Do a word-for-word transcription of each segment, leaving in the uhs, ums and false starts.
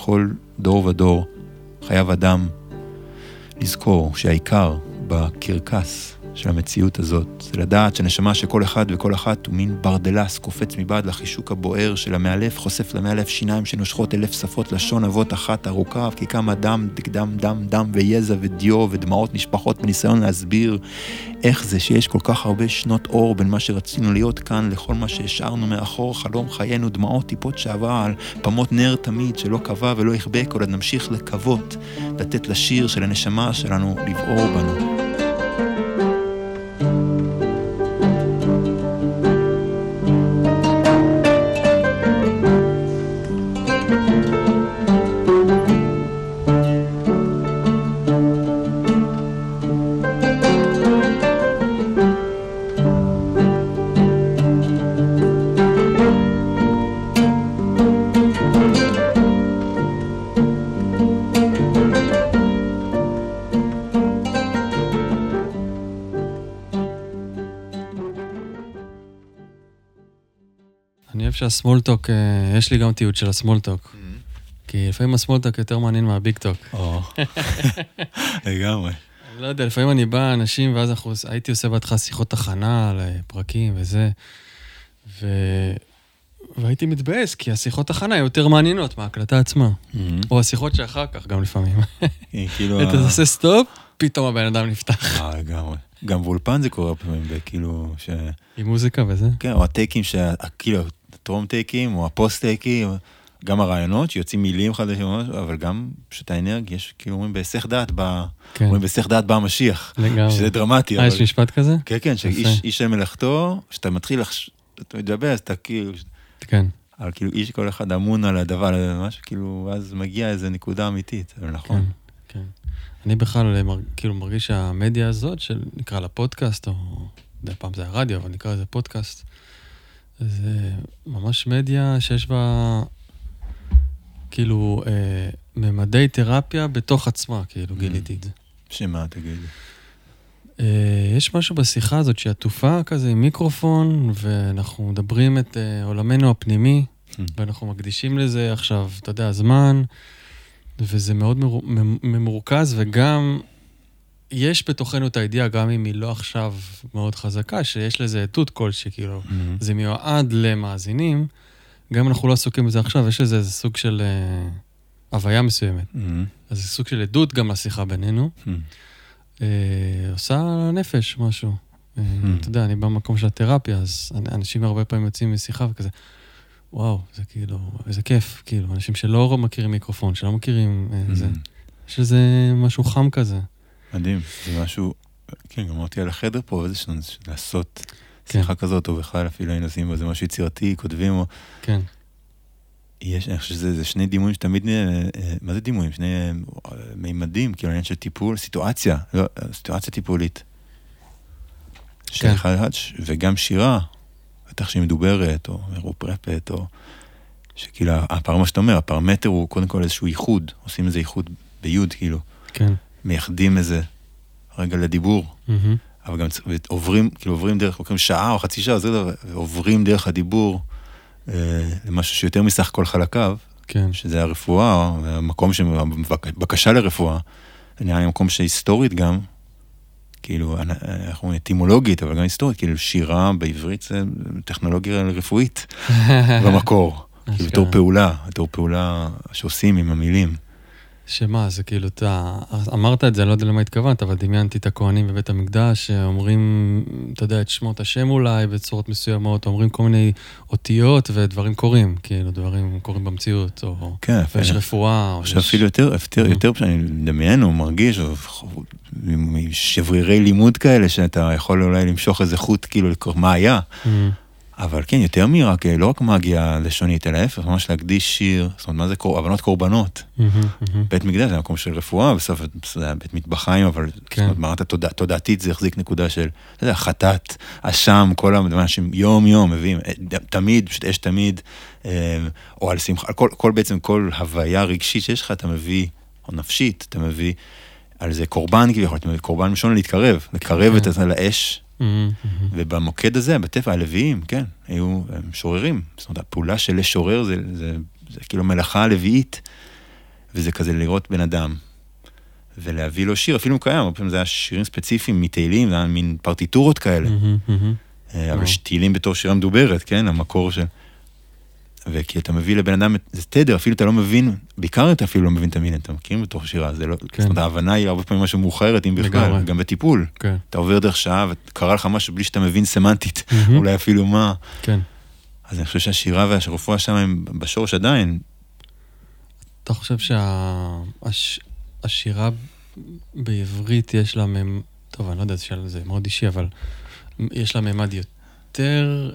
בכל דור ודור חייב אדם לזכור שהעיקר בקרקס של המציאות הזאת, זה לדעת שנשמה שכל אחד וכל אחת הוא מין ברדלס קופץ מבעד לחישוק הבוער של המאלף, חושף למאלף שיניים שנושכות אלף שפות לשון אבות אחת ארוכה, כי כמה דם, דם, דם, דם ויזע ודיו ודמעות נשפחות בניסיון להסביר איך זה שיש כל כך הרבה שנות אור בין מה שרצינו להיות כאן לכל מה שהשארנו מאחור, חלום חיינו, דמעות טיפות שעברה על פמות נר תמיד שלא קבע ולא יחבק, עוד נמשיך לקוות, לתת לשיר של הנשמה שלנו לבעור בנו. שהסמולטוק, יש לי גם תיעוד של הסמולטוק. כי לפעמים הסמולטוק יותר מעניין מהביגטוק. לגמרי. אני לא יודע, לפעמים אני בא אנשים, ואז הייתי עושה בהתחלה שיחות תחנה לפרקים וזה, והייתי מתבאס, כי השיחות תחנה היו יותר מעניינות מההקלטה עצמה. או השיחות שאחר כך גם לפעמים. אתה עושה סטופ, פתאום הבן אדם נפתח. אה, לגמרי. גם באולפן זה קורה פעמים, וכאילו ש... עם מוזיקה וזה? כן, או הטייקים, כאילו, הטרום טייקים, או הפוסט טייקים, גם הרעיונות, שיוצאים מילים חדשים, אבל גם פשוט האנרגיה, יש כאילו אומרים בהיסח דעת, אומרים בהיסח דעת בא המשיח. לגמרי. שזה דרמטי. אה, יש משפט כזה? כן, כן, שאיש של מלאכתו, שאתה מתחיל, אתה מתדבר, אז אתה כאילו... כן. אבל כאילו איש כל אחד אמון על הדבר, משהו, כאילו, אז מגיע איזו נקודה אמיתית, אבל נכון. כן. אני בכלל כאילו מרגיש שהמדיה הזאת, שנקרא לה פודקאסט, או די פעם זה הרדיו, אבל נקרא לזה פודקאסט, זה ממש מדיה שיש בה כאילו אה, ממדי תרפיה בתוך עצמה, כאילו גיליתי את זה. שמה תגיד? אה, יש משהו בשיחה הזאת שהיא עטופה כזה עם מיקרופון, ואנחנו מדברים את אה, עולמנו הפנימי, ואנחנו מקדישים לזה עכשיו, אתה יודע, זמן, וזה מאוד ממורכז, וגם יש בתוכנו את הידיעה, גם אם היא לא עכשיו מאוד חזקה, שיש לזה עדות כלשהי, כאילו, mm-hmm. זה מיועד למאזינים, גם אם אנחנו לא עסוקים בזה עכשיו, יש לזה איזה סוג של uh, הוויה מסוימת. Mm-hmm. אז זה סוג של עדות גם לשיחה בינינו. Mm-hmm. Uh, עושה נפש משהו. Mm-hmm. Uh, אתה יודע, אני במקום של התרפיה, אז אנשים הרבה פעמים יוצאים משיחה וכזה, וואו, זה כאילו, איזה כיף, כאילו, אנשים שלא מכירים מיקרופון, שלא מכירים mm-hmm. זה. יש לזה משהו חם כזה. מדהים, זה משהו, כן, גם אמרתי על החדר פה, וזה לעשות שיחה כזאת, או בכלל אפילו היינו עושים בזה משהו יצירתי, כותבים, או... כן. יש, אני חושב שזה שני דימויים שתמיד, מה זה דימויים? שני מימדים, כאילו עניין של טיפול, סיטואציה, לא, סיטואציה טיפולית. כן. וגם שירה, בטח שהיא מדוברת, או מרופרפת, או... שכאילו, הפרמה שאתה אומר, הפרמטר הוא קודם כל איזשהו ייחוד, עושים איזה ייחוד ביוד, כאילו. כן. מייחדים איזה רגע לדיבור, mm-hmm. אבל גם עוברים, כאילו עוברים דרך, לוקחים שעה או חצי שעה, ועוברים דרך הדיבור אה, למשהו שיותר מסך כל חלקיו, כן. שזה הרפואה, המקום שבקשה לרפואה, זה נראה לי מקום שהיסטורית גם, כאילו, אנחנו אטימולוגית, אבל גם היסטורית, כאילו שירה בעברית זה טכנולוגיה רפואית במקור, כאילו בתור פעולה, בתור פעולה שעושים עם המילים. שמה, זה כאילו, אתה אמרת את זה, אני לא יודע למה התכוונת, אבל דמיינתי את הכהנים בבית המקדש, שאומרים, אתה יודע, את שמות השם אולי, בצורות מסוימות, אומרים כל מיני אותיות ודברים קורים, כאילו, דברים קורים במציאות, או יש רפואה. עכשיו אפילו יותר, יותר שאני מדמיין או מרגיש, או שברירי לימוד כאלה, שאתה יכול אולי למשוך איזה חוט, כאילו, מה היה, אבל כן, יותר מרק, לא רק מגיע לשונית, אלא ההפך, ממש להקדיש שיר, זאת אומרת, מה זה קור... הבנות קורבנות. בית מקדש זה מקום של רפואה, בסוף זה היה בית מטבחיים, אבל זאת אומרת, מערת תודעתית זה החזיק נקודה של, אתה יודע, חטאת, אשם, כל האנשים יום יום מביאים, תמיד, פשוט אש תמיד, או על שמחה, כל בעצם, כל הוויה רגשית שיש לך, אתה מביא, או נפשית, אתה מביא על זה קורבן, כביכול, אתה מביא קורבן משון להתקרב, לקרב את זה לאש, ובמוקד הזה, בטבע, הלוויים, כן, היו שוררים. זאת אומרת, הפעולה של לשורר זה, זה, זה כאילו מלאכה הלוויית, וזה כזה לראות בן אדם, ולהביא לו שיר, אפילו קיים, הרבה פעמים זה היה שירים ספציפיים מתהילים, זה היה מין פרטיטורות כאלה, אבל תהילים בתור שירה מדוברת, כן, המקור של... וכי אתה מביא לבן אדם, זה תדר, אפילו אתה לא מבין, בעיקר אתה אפילו לא מבין את המילים, אתה מכירים בתוך שירה, זה לא, זאת אומרת, ההבנה היא הרבה פעמים משהו מאוחרת, אם בכלל, גם בטיפול. אתה עובר דרך שעה, וקרה לך משהו בלי שאתה מבין סמנטית, אולי אפילו מה. כן. אז אני חושב שהשירה והרפואה שם הם בשורש עדיין. אתה חושב שהשירה בעברית יש לה, טוב, אני לא יודע, זה מאוד אישי, אבל יש לה ממד יותר...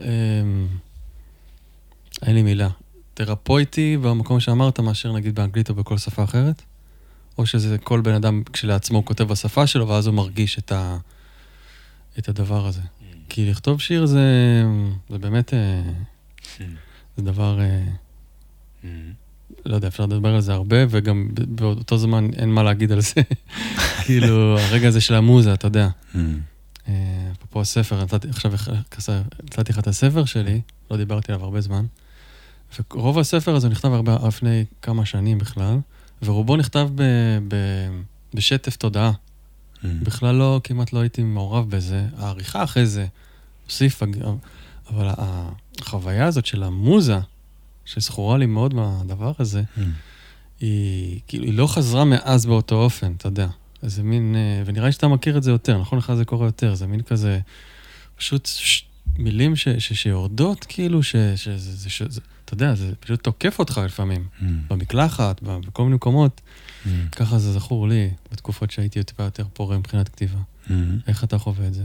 אין לי מילה. תרפויטי במקום שאמרת, מאשר נגיד באנגלית או בכל שפה אחרת? או שזה כל בן אדם כשלעצמו כותב בשפה שלו, ואז הוא מרגיש את, ה... את הדבר הזה. Mm. כי לכתוב שיר זה, זה באמת, mm. זה דבר, mm. לא יודע, אפשר לדבר על זה הרבה, וגם באותו זמן אין מה להגיד על זה. כאילו, הרגע הזה של המוזה, אתה יודע. Mm. פה הספר, עכשיו נתתי לך את הספר שלי, לא דיברתי עליו הרבה זמן, ורוב הספר הזה נכתב הרבה לפני כמה שנים בכלל, ורובו נכתב ב, ב, בשטף תודעה. Mm. בכלל לא, כמעט לא הייתי מעורב בזה. העריכה אחרי זה, הוסיף, אבל החוויה הזאת של המוזה, שזכורה לי מאוד מהדבר הזה, mm. היא, כאילו, היא לא חזרה מאז באותו אופן, אתה יודע. זה מין, ונראה לי שאתה מכיר את זה יותר, נכון לך זה קורה יותר, זה מין כזה, פשוט ש, מילים ש, ש, שיורדות, כאילו, ש, ש, זה, זה, ש, זה, אתה יודע, זה פשוט תוקף אותך לפעמים, mm. במקלחת, בכל מיני מקומות, mm. ככה זה זכור לי, בתקופות שהייתי יותר יותר פורה מבחינת כתיבה. Mm. איך אתה חווה את זה?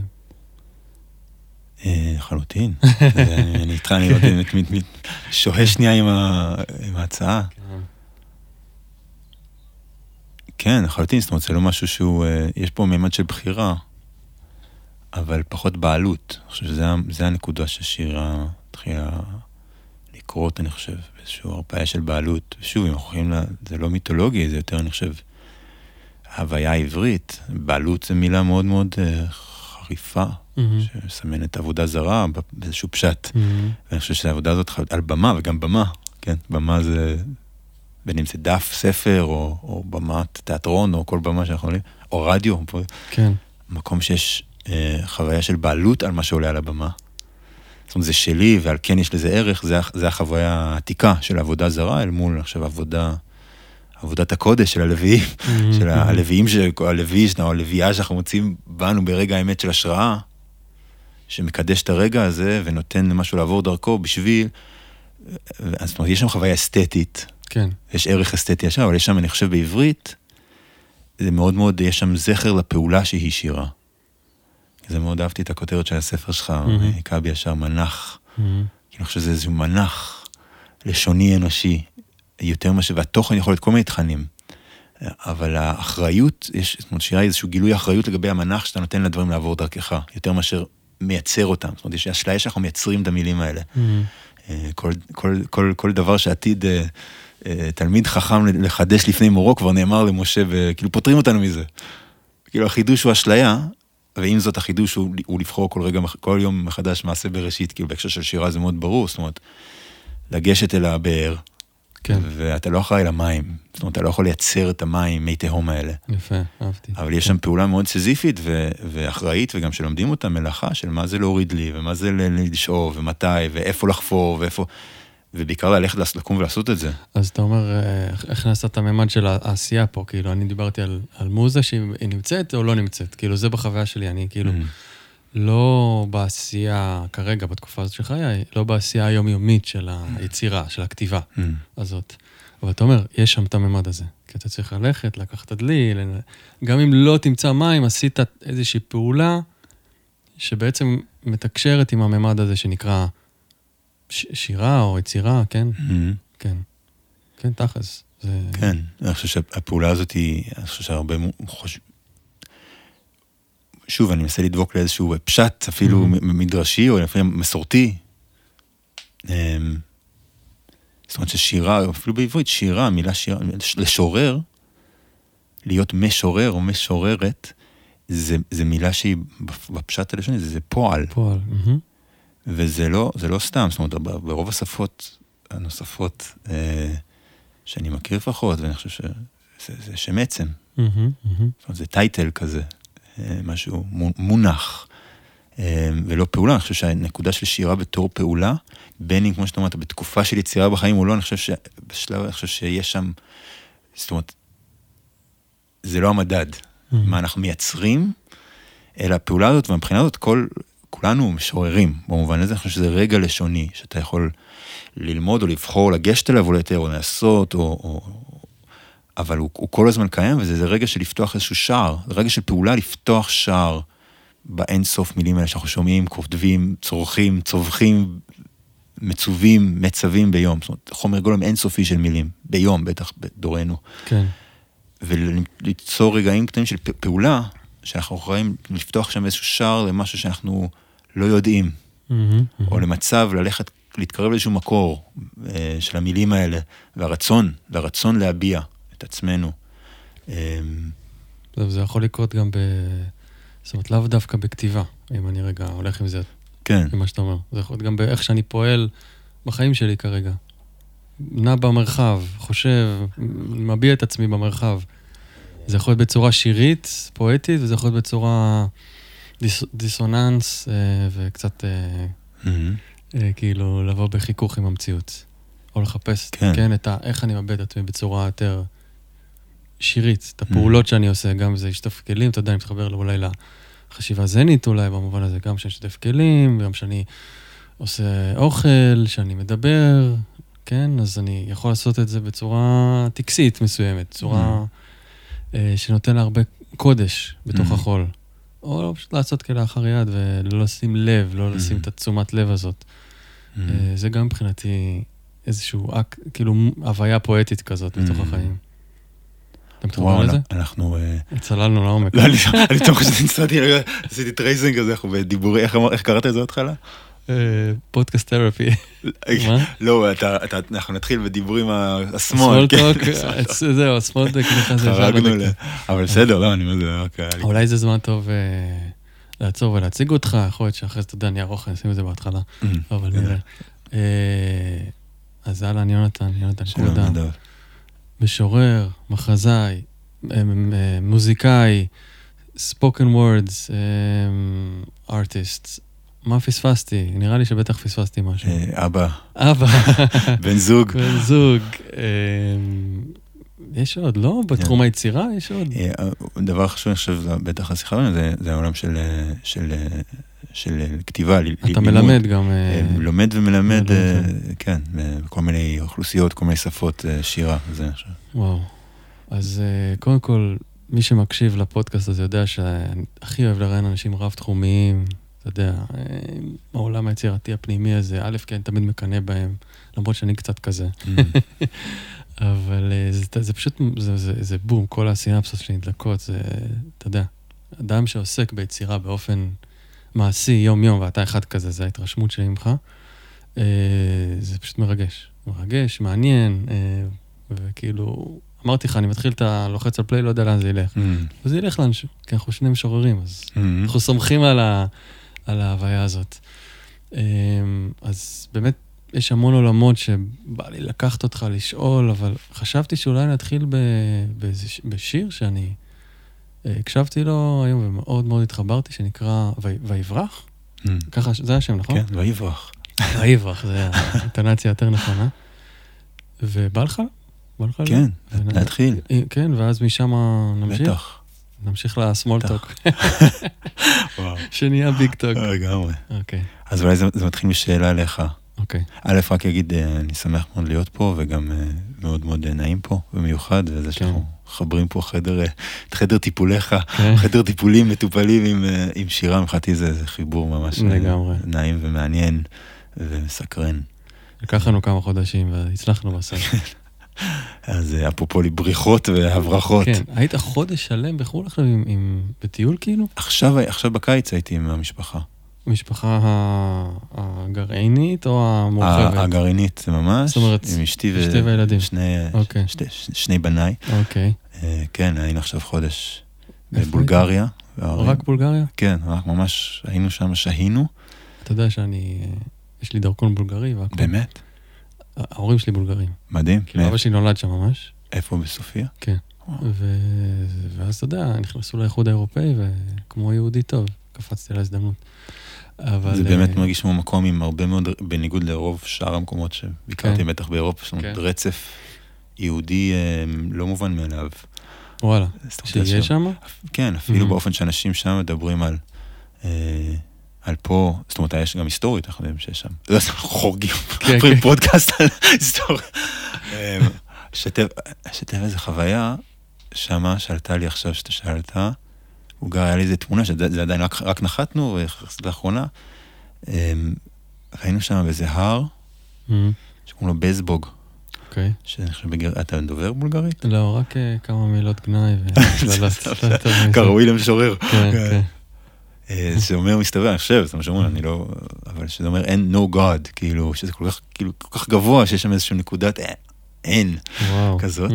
חלוטין. אני איתך, אני לא יודע, שוהה שנייה עם ההצעה. כן, חלוטין, זאת אומרת, זה לא משהו שהוא, יש פה מימד של בחירה, אבל פחות בעלות. אני חושב שזה הנקודה שהשירה תחילה לקרות, אני חושב, באיזשהו הרפאיה של בעלות. ושוב, אם אנחנו יכולים, זה לא מיתולוגי, זה יותר, אני חושב, הוויה עברית. בעלות זה מילה מאוד מאוד חריפה, שסמנת עבודה זרה באיזשהו פשט. ואני חושב שהעבודה הזאת על במה, וגם במה, כן, במה זה... בין אם זה דף, ספר, או, או במת תיאטרון, או כל במה שאנחנו עולים, או רדיו, כן. מקום שיש אה, חוויה של בעלות על מה שעולה על הבמה. זאת אומרת, זה שלי, ועל כן יש לזה ערך, זה, זה החוויה העתיקה של עבודה זרה, אל מול, עכשיו, עבודה, עבודת הקודש של הלוויים, של הלוויים, הלוי, או הלוויה שאנחנו מוצאים בנו ברגע האמת של השראה, שמקדש את הרגע הזה, ונותן משהו לעבור דרכו בשביל, אז זאת אומרת, יש שם חוויה אסתטית, כן. יש ערך אסתטי ישר, אבל יש שם, אני חושב, בעברית, זה מאוד מאוד, יש שם זכר לפעולה שהיא שירה. זה מאוד אהבתי את הכותרת של הספר שלך, mm-hmm. קאבי ישר, מנח. Mm-hmm. כי אני חושב שזה איזשהו מנח לשוני אנושי, יותר מה והתוכן יכול להיות כל מיני תכנים. אבל האחריות, יש, זאת אומרת, שירה היא איזשהו גילוי אחריות לגבי המנח שאתה נותן לדברים לעבור דרכך, יותר מאשר מייצר אותם. זאת אומרת, יש אשליה שאנחנו מייצרים את המילים האלה. Mm-hmm. כל, כל, כל, כל דבר שעתיד תלמיד חכם לחדש לפני מורו כבר נאמר למשה, וכאילו פותרים אותנו מזה. כאילו החידוש הוא אשליה, ועם זאת החידוש הוא, הוא לבחור כל רגע, כל יום מחדש מעשה בראשית, כאילו בהקשר של שירה זה מאוד ברור, זאת אומרת, לגשת אל הבאר, כן. ואתה לא אחראי למים, זאת אומרת, אתה לא יכול לייצר את המים, מי תהום האלה. יפה, אהבתי. אבל יש שם פעולה מאוד סזיפית ו- ואחראית, וגם שלומדים אותה מלאכה של מה זה להוריד לי, ומה זה לשאוב, ומתי, ואיפה לחפור, ואיפה... ובעיקר ללכת לקום ולעשות את זה. אז אתה אומר, איך נעשה את הממד של העשייה פה? כאילו, אני דיברתי על, על מוזה שהיא נמצאת או לא נמצאת. כאילו, זה בחוויה שלי, אני כאילו, mm-hmm. לא בעשייה כרגע, בתקופה הזאת של חיי, לא בעשייה היומיומית של היצירה, של הכתיבה mm-hmm. הזאת. אבל אתה אומר, יש שם את הממד הזה. כי אתה צריך ללכת, לקחת דלי, גם אם לא תמצא מים, עשית איזושהי פעולה שבעצם מתקשרת עם הממד הזה שנקרא שירה או יצירה, כן? כן. כן, תכלס. כן, אני חושב שהפעולה הזאת היא, אני חושב שהרבה חושב... שוב, אני מנסה לדבוק לאיזשהו פשט, אפילו מדרשי, או לפעמים מסורתי. זאת אומרת ששירה, אפילו בעברית, שירה, מילה שירה, לשורר, להיות משורר או משוררת, זה מילה שהיא בפשט הלשוני, זה פועל. פועל, mhm. וזה לא, זה לא סתם, זאת אומרת, ברוב השפות הנוספות, אה, שאני מכיר לפחות, ואני חושב שזה זה שם עצם. Mm-hmm, mm-hmm. זאת אומרת, זה טייטל כזה, משהו מונח, ולא פעולה. אני חושב שהנקודה של שירה בתור פעולה, בין אם, כמו שאתה אומרת, בתקופה של יצירה בחיים או לא, אני חושב שבשלב, אני חושב שיש שם, זאת אומרת, זה לא המדד. Mm-hmm. מה אנחנו מייצרים, אלא הפעולה הזאת, והמבחינה הזאת, כל, כולנו משוררים, במובן הזה, אני חושב שזה רגע לשוני, שאתה יכול ללמוד או לבחור, לגשת אליו או ליותר, או לעשות, או, או, אבל הוא, הוא כל הזמן קיים, וזה זה רגע של לפתוח איזשהו שער, זה רגע של פעולה לפתוח שער, באין סוף מילים האלה שאנחנו שומעים, כותבים, צורכים, צווחים, מצווים, מצווים ביום, זאת אומרת, חומר גולם אינסופי של מילים, ביום, בטח בדורנו. כן. וליצור רגעים קטנים של פעולה, שאנחנו יכולים לפתוח שם איזשהו שער למשהו שאנחנו לא יודעים, mm-hmm, mm-hmm. או למצב ללכת, להתקרב לאיזשהו מקור אה, של המילים האלה, והרצון, והרצון להביע את עצמנו. אה, זה יכול לקרות גם ב... זאת אומרת, לאו דווקא בכתיבה, אם אני רגע הולך עם זה. כן. עם מה שאתה אומר. זה יכול להיות גם באיך שאני פועל בחיים שלי כרגע. נע במרחב, חושב, מביע את עצמי במרחב. זה יכול להיות בצורה שירית, פואטית, וזה יכול להיות בצורה דיס, דיסוננס, אה, וקצת אה, mm-hmm. אה, כאילו לבוא בחיכוך עם המציאות. או לחפש, כן, כן את ה, איך אני מביא את עצמי בצורה יותר שירית, את הפעולות mm-hmm. שאני עושה, גם זה ישתף כלים, אתה יודע, אני מתחבר אולי לחשיבה זנית אולי, במובן הזה, גם שאני שתף כלים, גם שאני עושה אוכל, שאני מדבר, כן, אז אני יכול לעשות את זה בצורה טקסית מסוימת, צורה... Mm-hmm. שנותן לה הרבה קודש בתוך mm-hmm. החול. או פשוט לעשות כלאחר יד, ולא לשים לב, לא mm-hmm. לשים את התשומת לב הזאת. Mm-hmm. זה גם מבחינתי איזשהו אק, כאילו הוויה פואטית כזאת mm-hmm. בתוך החיים. אתה מתחבר לזה? אנחנו... צללנו לעומק. לא, אני תוך שנסעתי, עשיתי טרייסינג כזה, אנחנו בדיבורי, איך קראת את זה התחלה? פודקאסט תרפי. לא, אנחנו נתחיל בדיבורים השמאל. סמולטוק, זהו, סמולטוק. חרגנו לה. אבל בסדר, לא, אני אומר, זה רק... אולי זה זמן טוב לעצור ולהציג אותך, יכול להיות שאחרי זה, אתה יודע, אני ארוך, אני אשים את זה בהתחלה. אבל נראה. אז אהלן, יונתן, יונתן קורדן. משורר, מחזאי, מוזיקאי, spoken words, artists. מה פספסתי? נראה לי שבטח פספסתי משהו. אבא. אבא. בן זוג. בן זוג. יש עוד, לא? בתחום היצירה יש עוד. דבר חשוב, אני חושב, בטח השיחה, זה העולם של כתיבה. אתה מלמד גם. לומד ומלמד, כן, בכל מיני אוכלוסיות, כל מיני שפות, שירה, זה עכשיו. וואו. אז קודם כל, מי שמקשיב לפודקאסט הזה יודע שאני הכי אוהב לראיין אנשים רב-תחומיים, אתה יודע, העולם היצירתי הפנימי הזה, א', כן, תמיד מקנה בהם, למרות שאני קצת כזה. אבל זה, זה פשוט, זה, זה, זה בום, כל הסינפסות שלי נדלקות, זה, אתה יודע, אדם שעוסק ביצירה באופן מעשי, יום-יום, ואתה אחד כזה, זה ההתרשמות שלי ממך, זה פשוט מרגש. מרגש, מעניין, וכאילו, אמרתי לך, אני מתחיל את הלוחץ על פליי, לא יודע לאן זה ילך. וזה ילך לאנשהו, כי אנחנו שני משוררים, אז אנחנו סומכים על ה... על ההוויה הזאת. אז באמת, יש המון עולמות שבא לי לקחת אותך לשאול, אבל חשבתי שאולי נתחיל בשיר שאני הקשבתי לו היום ומאוד מאוד התחברתי, שנקרא ויברח. ככה, זה השם, נכון? כן, ויברח. ויברח, זה האינטונציה יותר נכונה. ובא לך? בא לך? כן, להתחיל. כן, ואז משם נמשיך. בטח. נמשיך לסמולטוק. שנהיה ביג טוק. לגמרי. אז אולי זה מתחיל משאלה אליך. אוקיי. א', רק אגיד, אני שמח מאוד להיות פה, וגם מאוד מאוד נעים פה, במיוחד, וזה שאנחנו חברים פה חדר, את חדר טיפוליך, חדר טיפולים מטופלים עם שירה, מבחינתי זה חיבור ממש נעים ומעניין ומסקרן. לקח לנו כמה חודשים, והצלחנו בסוף. אז אפרופו לי בריחות והברחות. כן, היית חודש שלם בחו"ל עכשיו עם בטיול כאילו? עכשיו, עכשיו בקיץ הייתי עם המשפחה. המשפחה הגרעינית או המורחבת? הגרעינית זה ממש. זאת אומרת, עם אשתי וילדים. שני בניי. אוקיי. כן, היינו עכשיו חודש בבולגריה. רק בולגריה? כן, רק ממש היינו שם, שהינו. אתה יודע שאני, יש לי דרכון בולגרי והכל. באמת? ההורים שלי בולגרים. מדהים. כאילו, אבא שלי נולד שם ממש. איפה בסופיה? כן. ואז אתה יודע, נכנסו לאיחוד האירופאי, וכמו יהודי טוב, קפצתי על ההזדמנות. זה באמת מרגיש כמו מקום עם הרבה מאוד, בניגוד לרוב שאר המקומות שביקרתי בטח באירופה, זאת אומרת, רצף יהודי לא מובן מאליו. וואלה, שיש שם? כן, אפילו באופן שאנשים שם מדברים על על פה, זאת אומרת, יש גם היסטורית, אנחנו יודעים שיש שם. זה חורגים, פרי פודקאסט על היסטוריה. שתף איזה חוויה, שמה שעלתה לי עכשיו שאתה שאלת, הוא גר, היה לי איזה תמונה, שזה עדיין רק נחתנו, וחסת לאחרונה, ראינו שם באיזה הר, שקוראים לו בזבוג. אוקיי. אתה דובר בולגרית? לא, רק כמה מילות גנאי וקללות. כראוי למשורר. כן, כן. זה אומר, מסתבר, אני חושב, זה מה שאומרים, אני לא, אבל שזה אומר, אין no God, כאילו, שזה כל כך, כאילו, כל כך גבוה, שיש שם איזושהי נקודת אין, כזאת.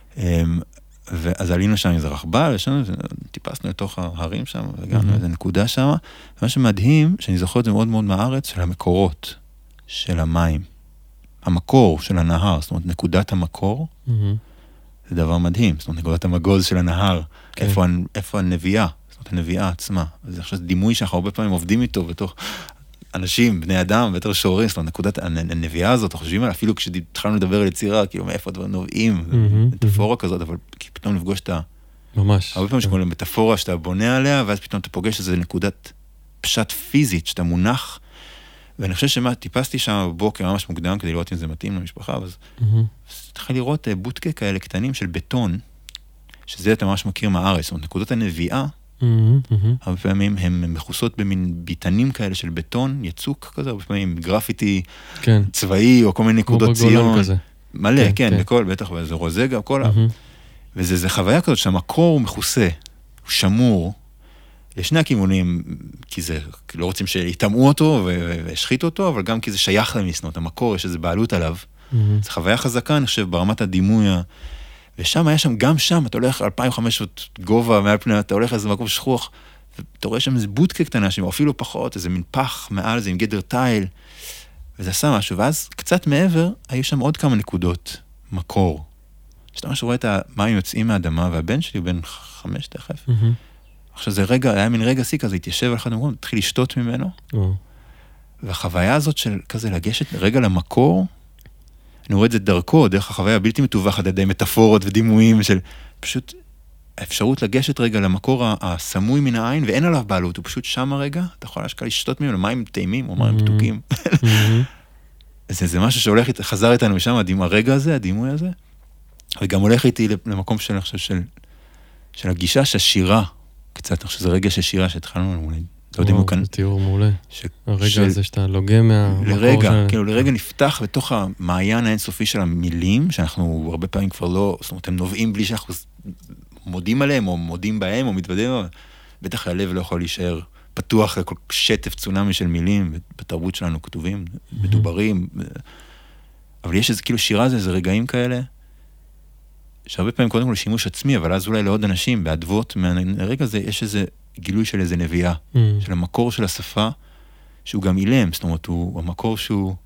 ואז עלינו שם איזה רכבל, טיפסנו לתוך ההרים שם, והגענו איזה נקודה שם, ומה שמדהים, שאני זוכר את זה מאוד מאוד מהארץ, של המקורות, של המים. המקור של הנהר, זאת אומרת, נקודת המקור, זה דבר מדהים, זאת אומרת, נקודת המגוז של הנהר, איפה הנביאה, זאת אומרת, הנביאה עצמה. וזה עכשיו דימוי שאנחנו הרבה פעמים עובדים איתו, בתוך אנשים, בני אדם, בתור שוררים, זאת אומרת, נקודת הנביאה הזאת, אנחנו חושבים על, אפילו כשהתחלנו לדבר על יצירה, כאילו, מאיפה הדברים נובעים, מטאפורה כזאת, אבל פתאום לפגוש את ה... ממש. הרבה פעמים שקוראים למטאפורה שאתה בונה עליה, ואז פתאום אתה פוגש איזו נקודת פשט פיזית, שאתה מונח, ואני חושב שמה, טיפסתי שם בבוקר ממש מוקדם, כדי לראות אם זה מתאים למשפחה, אז התחיל לראות בוטקה כאלה קטנים של בטון, שזה אתה ממש מכיר מהארץ, זאת אומרת, נקודות הנביאה, הרבה פעמים הן מכוסות במין ביטנים כאלה של בטון, יצוק כזה, הרבה פעמים גרפיטי צבאי, או כל מיני נקודות ציון. מלא, כן, בכל, בטח, וזה רוזגה, כל ה... וזה חוויה כזאת שהמקור הוא מכוסה, הוא שמור, לשני הכיוונים, כי זה, לא רוצים שיתאמו אותו והשחיתו אותו, אבל גם כי זה שייך למסנות, המקור, יש איזו בעלות עליו. זו חוויה חזקה, אני חושב, ברמת הדימוי, ושם היה שם, גם שם, אתה הולך אלפיים וחמש מאות גובה מעל פני, אתה הולך לאיזה מקום שכוח, ואתה רואה שם איזה בוטקה קטנה, או אפילו פחות, איזה מין פח מעל זה, עם גדר טייל, וזה עשה משהו, ואז קצת מעבר, היו שם עוד כמה נקודות, מקור. שאתה ממש רואה את המים יוצאים מהאדמה, והבן שלי הוא בן חמש תכף. עכשיו זה רגע, היה מין רגע סי כזה, התיישב על אחד המקום, התחיל לשתות ממנו, והחוויה הזאת של כזה לגשת רגע למקור, אני רואה את זה דרכו, דרך החוויה הבלתי מטווחת, על ידי מטאפורות ודימויים של פשוט האפשרות לגשת רגע למקור הסמוי מן העין, ואין עליו בעלות, הוא פשוט שם הרגע, אתה יכול להשקע לשתות ממנו, מים טעימים או מים פתוקים. זה, זה משהו שהולך, חזר איתנו משם, הרגע הזה, הדימוי הזה, וגם הולך איתי למקום של, עכשיו, של, של הגישה שהשירה, קצת, אני חושב שזה רגע של שירה שהתחלנו, לא יודעים הוא כאן. זה תיאור מעולה. הרגע הזה שאתה לוגה מהמקור. לרגע, כאילו לרגע נפתח בתוך המעיין האינסופי של המילים, שאנחנו הרבה פעמים כבר לא, זאת אומרת, הם נובעים בלי שאנחנו מודים עליהם, או מודים בהם, או מתוודעים, בטח הלב לא יכול להישאר פתוח לכל שטף צונמי של מילים, בתרבות שלנו כתובים, מדוברים, אבל יש איזה כאילו שירה זה, איזה רגעים כאלה, שהרבה פעמים קודם כל שימוש עצמי, אבל אז אולי לעוד אנשים, באדוות, מהרגע הזה יש איזה גילוי של איזה נביאה, mm. של המקור של השפה, שהוא גם אילם, זאת אומרת, הוא המקור שהוא,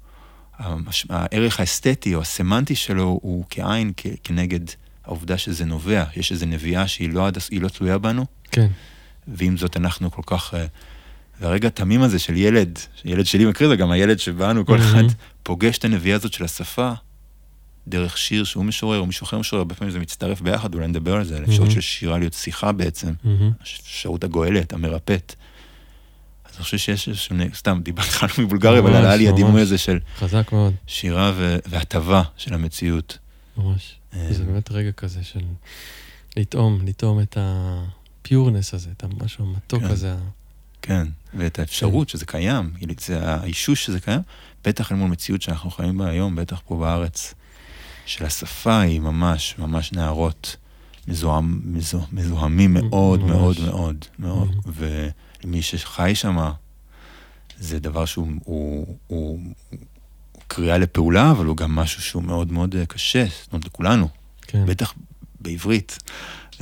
הערך האסתטי או הסמנטי שלו, הוא כעין, כ- כנגד העובדה שזה נובע, יש איזה נביאה שהיא לא, לא תלויה בנו, כן. ועם זאת אנחנו כל כך, והרגע התמים הזה של ילד, ילד שלי מקריא, זה גם הילד שבאנו, כל mm-hmm. אחד פוגש את הנביאה הזאת של השפה, דרך שיר שהוא משורר, או מישהו אחר משורר, הרבה פעמים זה מצטרף ביחד, אולי נדבר על זה, על אפשרות של שירה להיות שיחה בעצם, אפשרות הגואלת, המרפאת. אז אני חושב שיש איזשהו, סתם, דיברתנו מבולגריה, אבל עלה לי הדימוי הזה של חזק מאוד. שירה והטבה של המציאות. ממש. זה באמת רגע כזה של לטעום, לטעום את הפיורנס הזה, את המשהו המתוק הזה. כן, ואת האפשרות שזה קיים, זה האישוש שזה קיים, בטח אל מול מציאות שאנחנו חיים בה היום, בטח פה בארץ. של השפה היא ממש, ממש נערות, מזוהם, מזוה, מזוהמים מאוד, ממש. מאוד, מאוד, מאוד. ומי שחי שם, זה דבר שהוא הוא, הוא, הוא קריאה לפעולה, אבל הוא גם משהו שהוא מאוד מאוד קשה, זאת אומרת, לכולנו, כן. בטח בעברית.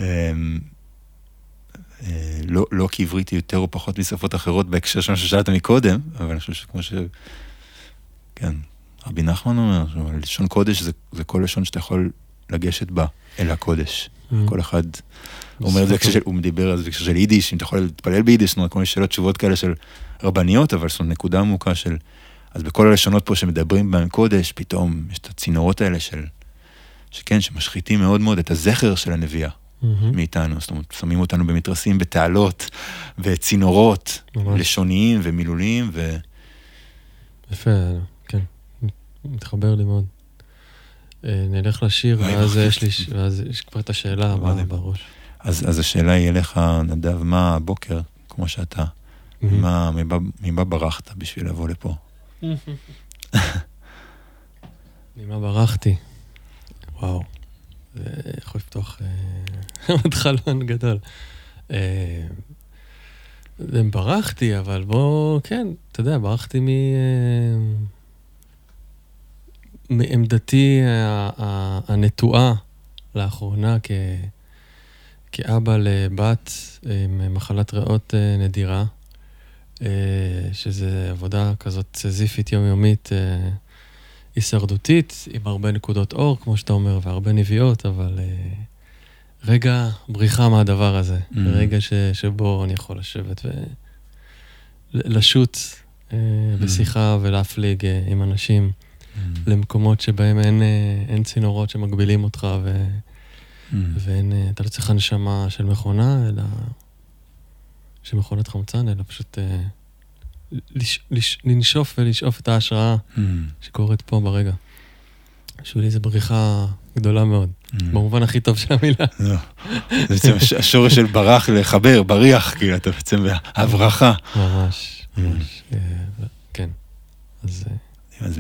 לא, לא כי עברית היא יותר או פחות משפות אחרות בהקשר של מה ששאלת מקודם, אבל אני חושב שכמו ש... כן. רבי נחמן אומר, לשון קודש זה, זה כל לשון שאתה יכול לגשת בה אל הקודש. Mm-hmm. כל אחד אומר את זה, כשל, הוא מדבר על זה כשל יידיש, אם אתה יכול להתפלל ביידיש, זאת אומרת, כל מיני שאלות תשובות כאלה של רבניות, אבל זאת אומרת, נקודה עמוקה של, אז בכל הלשונות פה שמדברים בהם קודש, פתאום יש את הצינורות האלה של, שכן, שמשחיתים מאוד מאוד את הזכר של הנביאה mm-hmm. מאיתנו, זאת אומרת, שמים אותנו במתרסים, בתעלות, בצינורות, ממש. לשוניים ומילוליים, ו... יפה, כן, מתחבר לי מאוד. נלך לשיר, ואז יש לי, ואז יש כבר את השאלה הבאה בראש. אז, אז השאלה היא אליך, נדב, מה הבוקר, כמו שאתה, מה, ממה ברחת בשביל לבוא לפה? ממה ברחתי? וואו, זה יכול לפתוח עוד חלון גדול. ברחתי, אבל בוא, כן, אתה יודע, ברחתי מ... מעמדתי הנטועה לאחרונה כאבא לבת עם מחלת ריאות נדירה, שזה עבודה כזאת סזיפית יומיומית, הישרדותית, עם הרבה נקודות אור, כמו שאתה אומר, והרבה נביאות, אבל רגע בריחה מהדבר הזה, mm. רגע ש, שבו אני יכול לשבת ולשוט mm. בשיחה ולהפליג עם אנשים, למקומות שבהם אין, אין צינורות שמגבילים אותך, ו, mm. ואין, אתה לא צריך הנשמה של מכונה, אלא של מכונת חמצן, אלא פשוט לש, לש, לנשוף ולשאוף את ההשראה mm. שקורית פה ברגע. שלי זה בריחה גדולה מאוד, mm. במובן הכי טוב של המילה. לא, זה בעצם השורש של ברח לחבר, בריח, כאילו, אתה בעצם בהברחה. ממש, ממש, כן. אז... אז מ...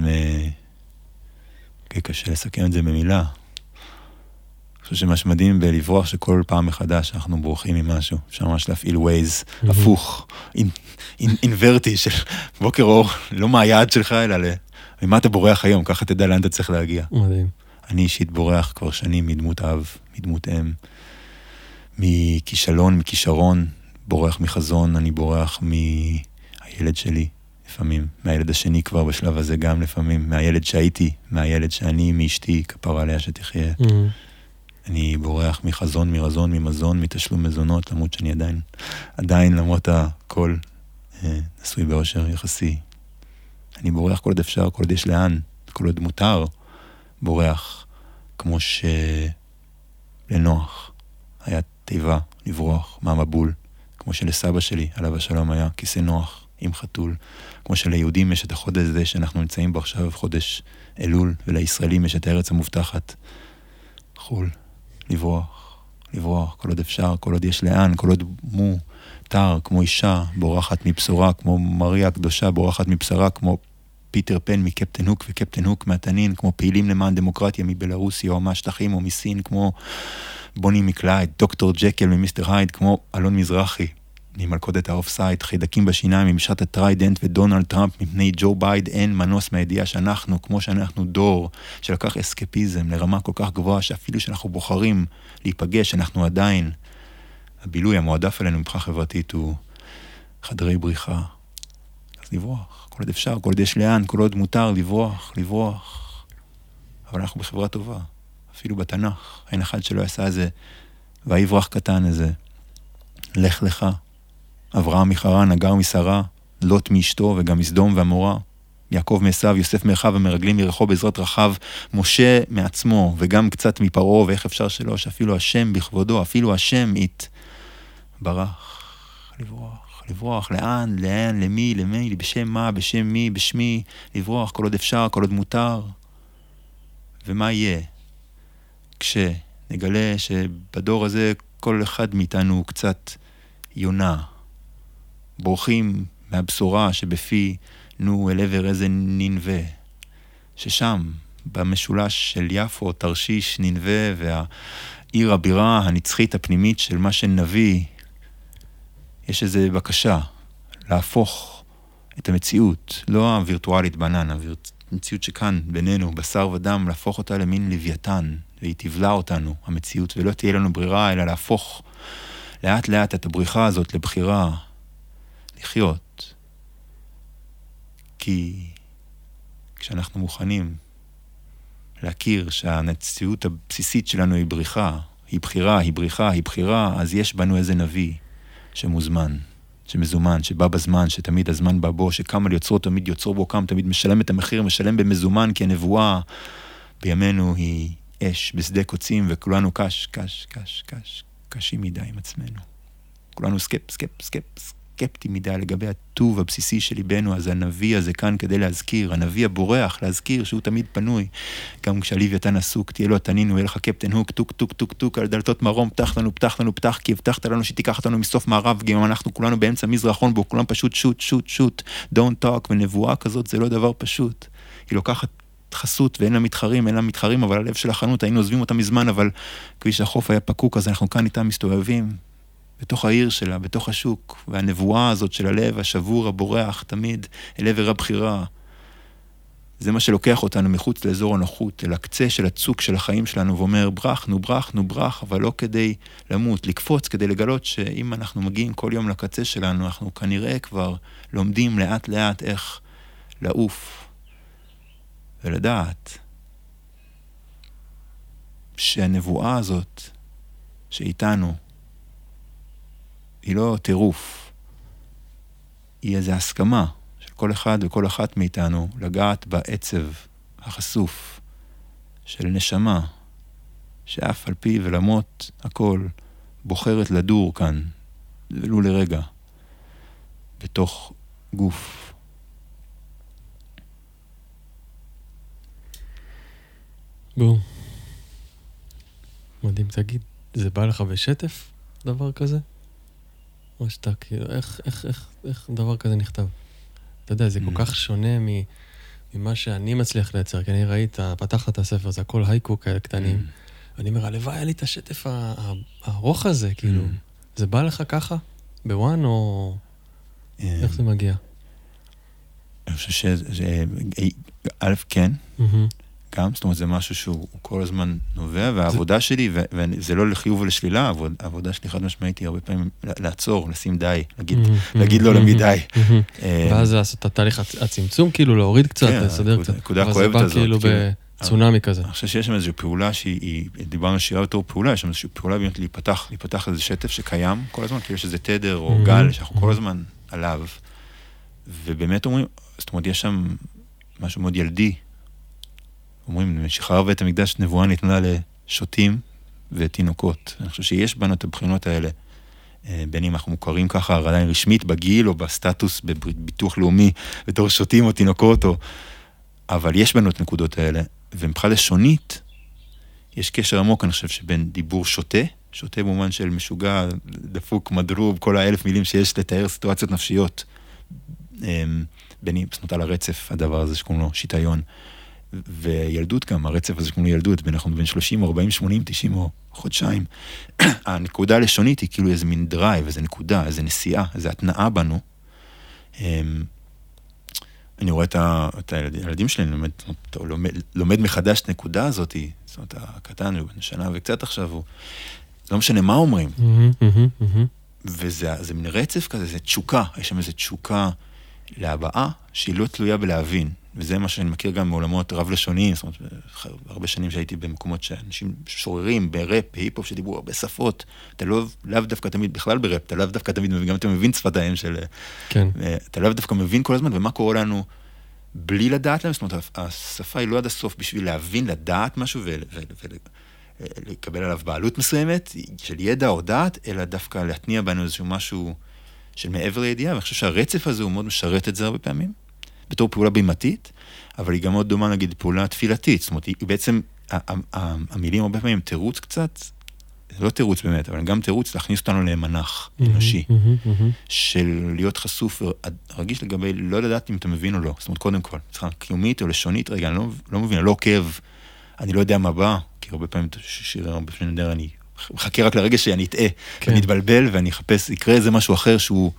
קשה לסכם את זה במילה. אני חושב שמה שמדהים בלברוח שכל פעם מחדש אנחנו בורחים ממשהו. אפשר ממש להפעיל ווייז הפוך, אינברטי של בוקר אור, לא מהיעד שלך, אלא ממה אתה בורח היום, ככה תדע לאן אתה צריך להגיע. מדהים. אני אישית בורח כבר שנים מדמות אב, מדמות אם, מכישלון, מכישרון, בורח מחזון, אני בורח מהילד שלי. לפעמים, מהילד השני כבר בשלב הזה גם לפעמים, מהילד שהייתי, מהילד שאני, מאשתי, כפרה עליה שתחיה. Mm-hmm. אני בורח מחזון, מרזון, ממזון, מתשלום מזונות, למרות שאני עדיין, עדיין למרות הכל, אה, נשוי באושר יחסי. אני בורח כל עוד אפשר, כל עוד יש לאן, כל עוד מותר, בורח, כמו שלנוח היה תיבה לברוח מהמבול, כמו שלסבא שלי, עליו השלום היה כיסא נוח. עם חתול, כמו שליהודים יש את החודש הזה שאנחנו נמצאים בו עכשיו, חודש אלול, ולישראלים יש את הארץ המובטחת. חול, לברוח, לברוח, כל עוד אפשר, כל עוד יש לאן, כל עוד מותר, כמו אישה, בורחת מבשורה, כמו מריה הקדושה, בורחת מבשרה, כמו פיטר פן מקפטן הוק וקפטן הוק מהתנין, כמו פעילים למען דמוקרטיה מבלרוסיה או מהשטחים או מסין, כמו בוני מקלייד, דוקטור ג'קל ממיסטר הייד, כמו אלון מזרחי. ממלכודת האופסייד, חידקים בשיניים ממשת הטריידנט ודונלד טראמפ מפני ג'ו בייד, אין מנוס מהידיעה שאנחנו, כמו שאנחנו דור, שלקח אסקפיזם לרמה כל כך גבוהה, שאפילו שאנחנו בוחרים להיפגש, אנחנו עדיין, הבילוי המועדף עלינו מבחינה חברתית הוא חדרי בריחה. אז לברוח, כל עוד אפשר, כל עוד יש לאן, כל עוד מותר לברוח, לברוח. אבל אנחנו בחברה טובה, אפילו בתנ"ך, אין אחד שלא עשה איזה, והיברח קטן איזה, לך לך. אברהם מחרן, אגר משרה, לוט מאשתו וגם מסדום והמורה, יעקב מעשיו, יוסף מאחיו המרגלים מרחוב בעזרת רחב, משה מעצמו וגם קצת מפרעה, ואיך אפשר שלא, שאפילו השם בכבודו, אפילו השם אית ברח, לברוח, לברוח, לאן, לאן, למי, למי, בשם מה, בשם מי, בשמי, לברוח, כל עוד אפשר, כל עוד מותר. ומה יהיה כשנגלה שבדור הזה כל אחד מאיתנו קצת יונה, בורחים מהבשורה שבפי נו אל עבר איזה ננווה, ששם במשולש של יפו, תרשיש, ננווה והעיר הבירה הנצחית הפנימית של מה שנביא, יש איזו בקשה להפוך את המציאות, לא הווירטואלית בננה, המציאות שכאן בינינו, בשר ודם, להפוך אותה למין לוויתן, והיא תבלע אותנו, המציאות, ולא תהיה לנו ברירה, אלא להפוך לאט לאט את הבריחה הזאת לבחירה, לחיות. כי כשאנחנו מוכנים להכיר שהנציאות הבסיסית שלנו היא בריחה, היא בחירה, היא בריחה, היא בחירה, אז יש בנו איזה נביא שמוזמן, שמזומן, שבא בזמן, שתמיד הזמן בא בו, שכמה ליוצרו תמיד יוצרו בו, כמה תמיד משלם את המחיר, משלם במזומן, כי הנבואה בימינו היא אש בשדה קוצים, וכולנו קש, קש, קש, קש, קשים מדי עם עצמנו. כולנו סקפ, סקפ, סקפ, סקפטי מדי לגבי הטוב הבסיסי של ליבנו, אז הנביא הזה כאן כדי להזכיר, הנביא הבורח, להזכיר שהוא תמיד פנוי, גם כשהלוויתן עסוק, תהיה לו התנין, הוא יהיה לך קפטן הוק, טוק, טוק, טוק, טוק, על דלתות מרום, פתח לנו, פתח לנו, פתח, כי הבטחת לנו שתיקח אותנו מסוף מערב, גם אנחנו כולנו באמצע מזרחון, בו כולם פשוט שוט, שוט, שוט, don't talk, ונבואה כזאת זה לא דבר פשוט. היא לוקחת חסות ואין לה מתחרים, אין לה מתחרים, אבל הלב של החנות, היינו עוזבים אותה מזמן, אבל כביש החוף היה פקוק, אז אנחנו כאן איתם מסתובבים, בתוך העיר שלה, בתוך השוק, והנבואה הזאת של הלב, השבור, הבורח, תמיד, אל עבר הבחירה. זה מה שלוקח אותנו מחוץ לאזור הנוחות, אל הקצה של הצוק של החיים שלנו, ואומר, ברחנו, ברחנו, ברח, אבל לא כדי למות, לקפוץ, כדי לגלות שאם אנחנו מגיעים כל יום לקצה שלנו, אנחנו כנראה כבר לומדים לאט לאט איך לעוף. ולדעת שהנבואה הזאת שאיתנו היא לא טירוף, היא איזו הסכמה של כל אחד וכל אחת מאיתנו לגעת בעצב החשוף של נשמה שאף על פי ולמות הכל בוחרת לדור כאן ולו לרגע בתוך גוף. בואו. מדהים, תגיד, זה בא לך בשטף, דבר כזה? או שאתה, כאילו, איך, איך, איך, איך דבר כזה נכתב? אתה יודע, זה כל כך שונה ממה שאני מצליח לייצר, כי אני ראית, פתחת את הספר, זה הכל הייקו כאלה קטנים, ואני אומר, הלוואי, היה לי את השטף הארוך הזה, כאילו, זה בא לך ככה? בוואן או... איך זה מגיע? אני חושב שזה, א', כן, גם, זאת אומרת, זה משהו שהוא כל הזמן נובע, והעבודה שלי, וזה לא לחיוב ולשלילה, העבודה שלי חד משמעית היא הרבה פעמים לעצור, לשים די, להגיד לו למי די. ואז לעשות את התהליך הצמצום, כאילו להוריד קצת, לסדר קצת. נקודה כואבת הזאת. אבל זה בא כאילו בצונמי כזה. אני חושב שיש שם איזושהי פעולה שהיא, דיברנו שירה יותר פעולה, יש שם איזושהי פעולה באמת להיפתח, להיפתח איזה שטף שקיים כל הזמן, כאילו שזה תדר או גל, שאנחנו כל הזמן עליו, ובאמת אומרים, זאת אומרת, יש שם משהו מאוד ילדי, אומרים, שחרר בית המקדש נבואה ניתנה לשוטים ותינוקות. אני חושב שיש בנו את הבחינות האלה, בין אם אנחנו מוכרים ככה, עדיין רשמית בגיל או בסטטוס בביטוח לאומי, בתור שוטים או תינוקות, או... אבל יש בנו את נקודות האלה, ומבחינת לשונית, יש קשר עמוק, אני חושב, שבין דיבור שוטה, שוטה במובן של משוגע, דפוק, מדרוב, כל האלף מילים שיש לתאר סיטואציות נפשיות, בין אם, זאת על הרצף, הדבר הזה שקוראים לו שיטיון, וילדות גם, הרצף הזה שקוראים לו ילדות, בין אנחנו בין שלושים, ארבעים, שמונים, תשעים או חודשיים. הנקודה הלשונית היא כאילו איזה מין דרייב, איזה נקודה, איזה נסיעה, איזה התנאה בנו. אני רואה את הילדים שלי, לומד מחדש את הנקודה הזאת, זאת אומרת, הקטן, שנה וקצת עכשיו, הוא לא משנה מה אומרים. וזה מין רצף כזה, זה תשוקה, יש שם איזו תשוקה להבאה, שהיא לא תלויה בלהבין. וזה מה שאני מכיר גם מעולמות רב-לשוניים, זאת אומרת, הרבה שנים שהייתי במקומות שאנשים שוררים, בראפ, בהיפ-הופ, שדיברו הרבה שפות, אתה לא, לאו דווקא תמיד, בכלל בראפ, אתה לאו דווקא תמיד מבין, גם אתה מבין שפתיים של... כן. אתה לאו דווקא מבין כל הזמן, ומה קורה לנו בלי לדעת להם, זאת אומרת, השפה היא לא עד הסוף בשביל להבין, לדעת משהו ולקבל עליו בעלות מסוימת, של ידע או דעת, אלא דווקא להתניע בנו איזשהו משהו של מעבר לידיעה, ואני חושב שהרצף הזה הוא מאוד משרת את זה הרבה פעמים. בתור פעולה בימתית, אבל היא גם מאוד דומה, נגיד, פעולה תפילתית. זאת אומרת, היא בעצם, המילים הרבה פעמים תירוץ קצת, זה לא תירוץ באמת, אבל גם תירוץ להכניס אותנו למנח אנושי, של להיות חשוף ורגיש לגבי לא לדעת אם אתה מבין או לא. זאת אומרת, קודם כל, צריכה קיומית או לשונית, רגע, אני לא מבין, אני לא עוקב, אני לא יודע מה בא, כי הרבה פעמים שירים הרבה פעמים נדר, אני מחכה רק לרגע שאני אטעה, ואני אתבלבל, ואני אחפש, יקרה איזה משהו אחר שהוא...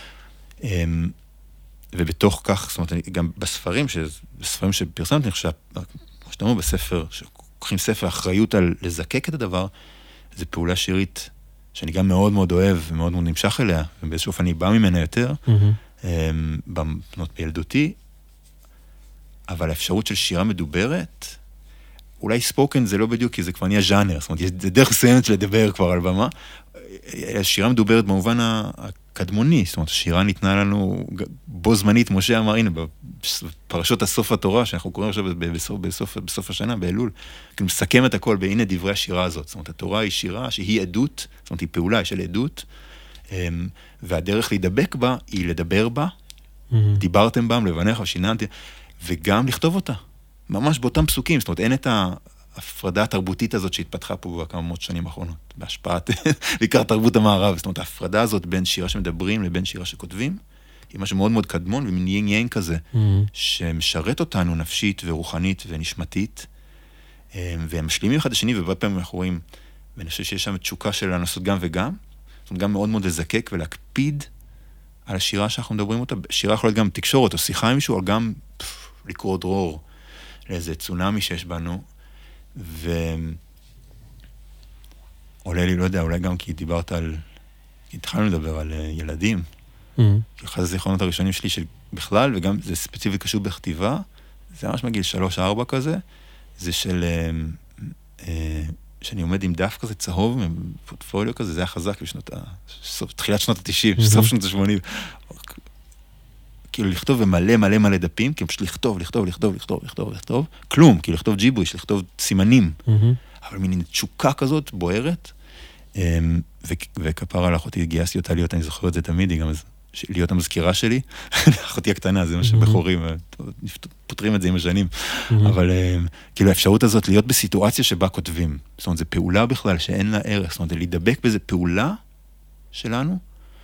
ובתוך כך, זאת אומרת, גם בספרים, בספרים שפרסמתי, אני חושב, שאתה אומר בספר, שלוקחים ספר אחריות על לזקק את הדבר, זו פעולה שירית שאני גם מאוד מאוד אוהב ומאוד מאוד נמשך אליה, ובאיזשהו אופן אני בא ממנה יותר, בילדותי, אבל האפשרות של שירה מדוברת, אולי ספוקן זה לא בדיוק, כי זה כבר נהיה ז'אנר, זאת אומרת, זה דרך מסוימת של לדבר כבר על במה. השירה מדוברת במובן הקדמוני, זאת אומרת, השירה ניתנה לנו בו זמנית, משה אמר, הנה, בפרשות הסוף התורה, שאנחנו קוראים עכשיו בסוף, בסוף, בסוף השנה, באלול, כאילו מסכם את הכל, בהנה דברי השירה הזאת. זאת אומרת, התורה היא שירה שהיא עדות, זאת אומרת, היא פעולה של עדות, והדרך להידבק בה היא לדבר בה, דיברתם בם, לבניך ושיננתם, וגם לכתוב אותה. ממש באותם פסוקים, זאת אומרת, אין את ההפרדה התרבותית הזאת שהתפתחה פה בכמה מאות שנים האחרונות, בהשפעת, בעיקר תרבות המערב, זאת אומרת, ההפרדה הזאת בין שירה שמדברים לבין שירה שכותבים, היא משהו מאוד מאוד קדמון, ומין יין יין כזה, שמשרת אותנו נפשית ורוחנית ונשמתית, והם משלימים אחד לשני, ובהרבה פעמים אנחנו רואים, ואני חושב שיש שם תשוקה של לנסות גם וגם, זאת אומרת, גם מאוד מאוד לזקק ולהקפיד על השירה שאנחנו מדברים אותה, שירה יכולה גם תקשורת או שיחה עם מישהו, או גם לקרוא דרור לאיזה צונמי שיש בנו, ועולה לי, לא יודע, אולי גם כי דיברת על, התחלנו לדבר על ילדים, mm-hmm. אחד הזיכרונות הראשונים שלי של בכלל, וגם זה ספציפית קשור בכתיבה, זה ממש מגיל שלוש ארבע כזה, זה של, אה, שאני עומד עם דף כזה צהוב, פורטפוליו כזה, זה היה חזק בשנות ה... תחילת שנות ה-תשעים, mm-hmm. סוף שנות ה-שמונים, כאילו לכתוב ומלא מלא מלא דפים, כאילו פשוט לכתוב, לכתוב, לכתוב, לכתוב, לכתוב, לכתוב, כלום, כאילו לכתוב ג'יבריש, לכתוב סימנים, אבל מין תשוקה כזאת בוערת, וכפרה לאחותי, גייסתי אותה להיות, אני זוכר את זה תמיד, היא גם להיות המזכירה שלי, אחותי הקטנה, זה מה שבחורים, פותרים את זה עם השנים, אבל כאילו האפשרות הזאת להיות בסיטואציה שבה כותבים, זאת אומרת, זו פעולה בכלל שאין לה ערך, זאת אומרת, להידבק באיזה פעולה שלנו,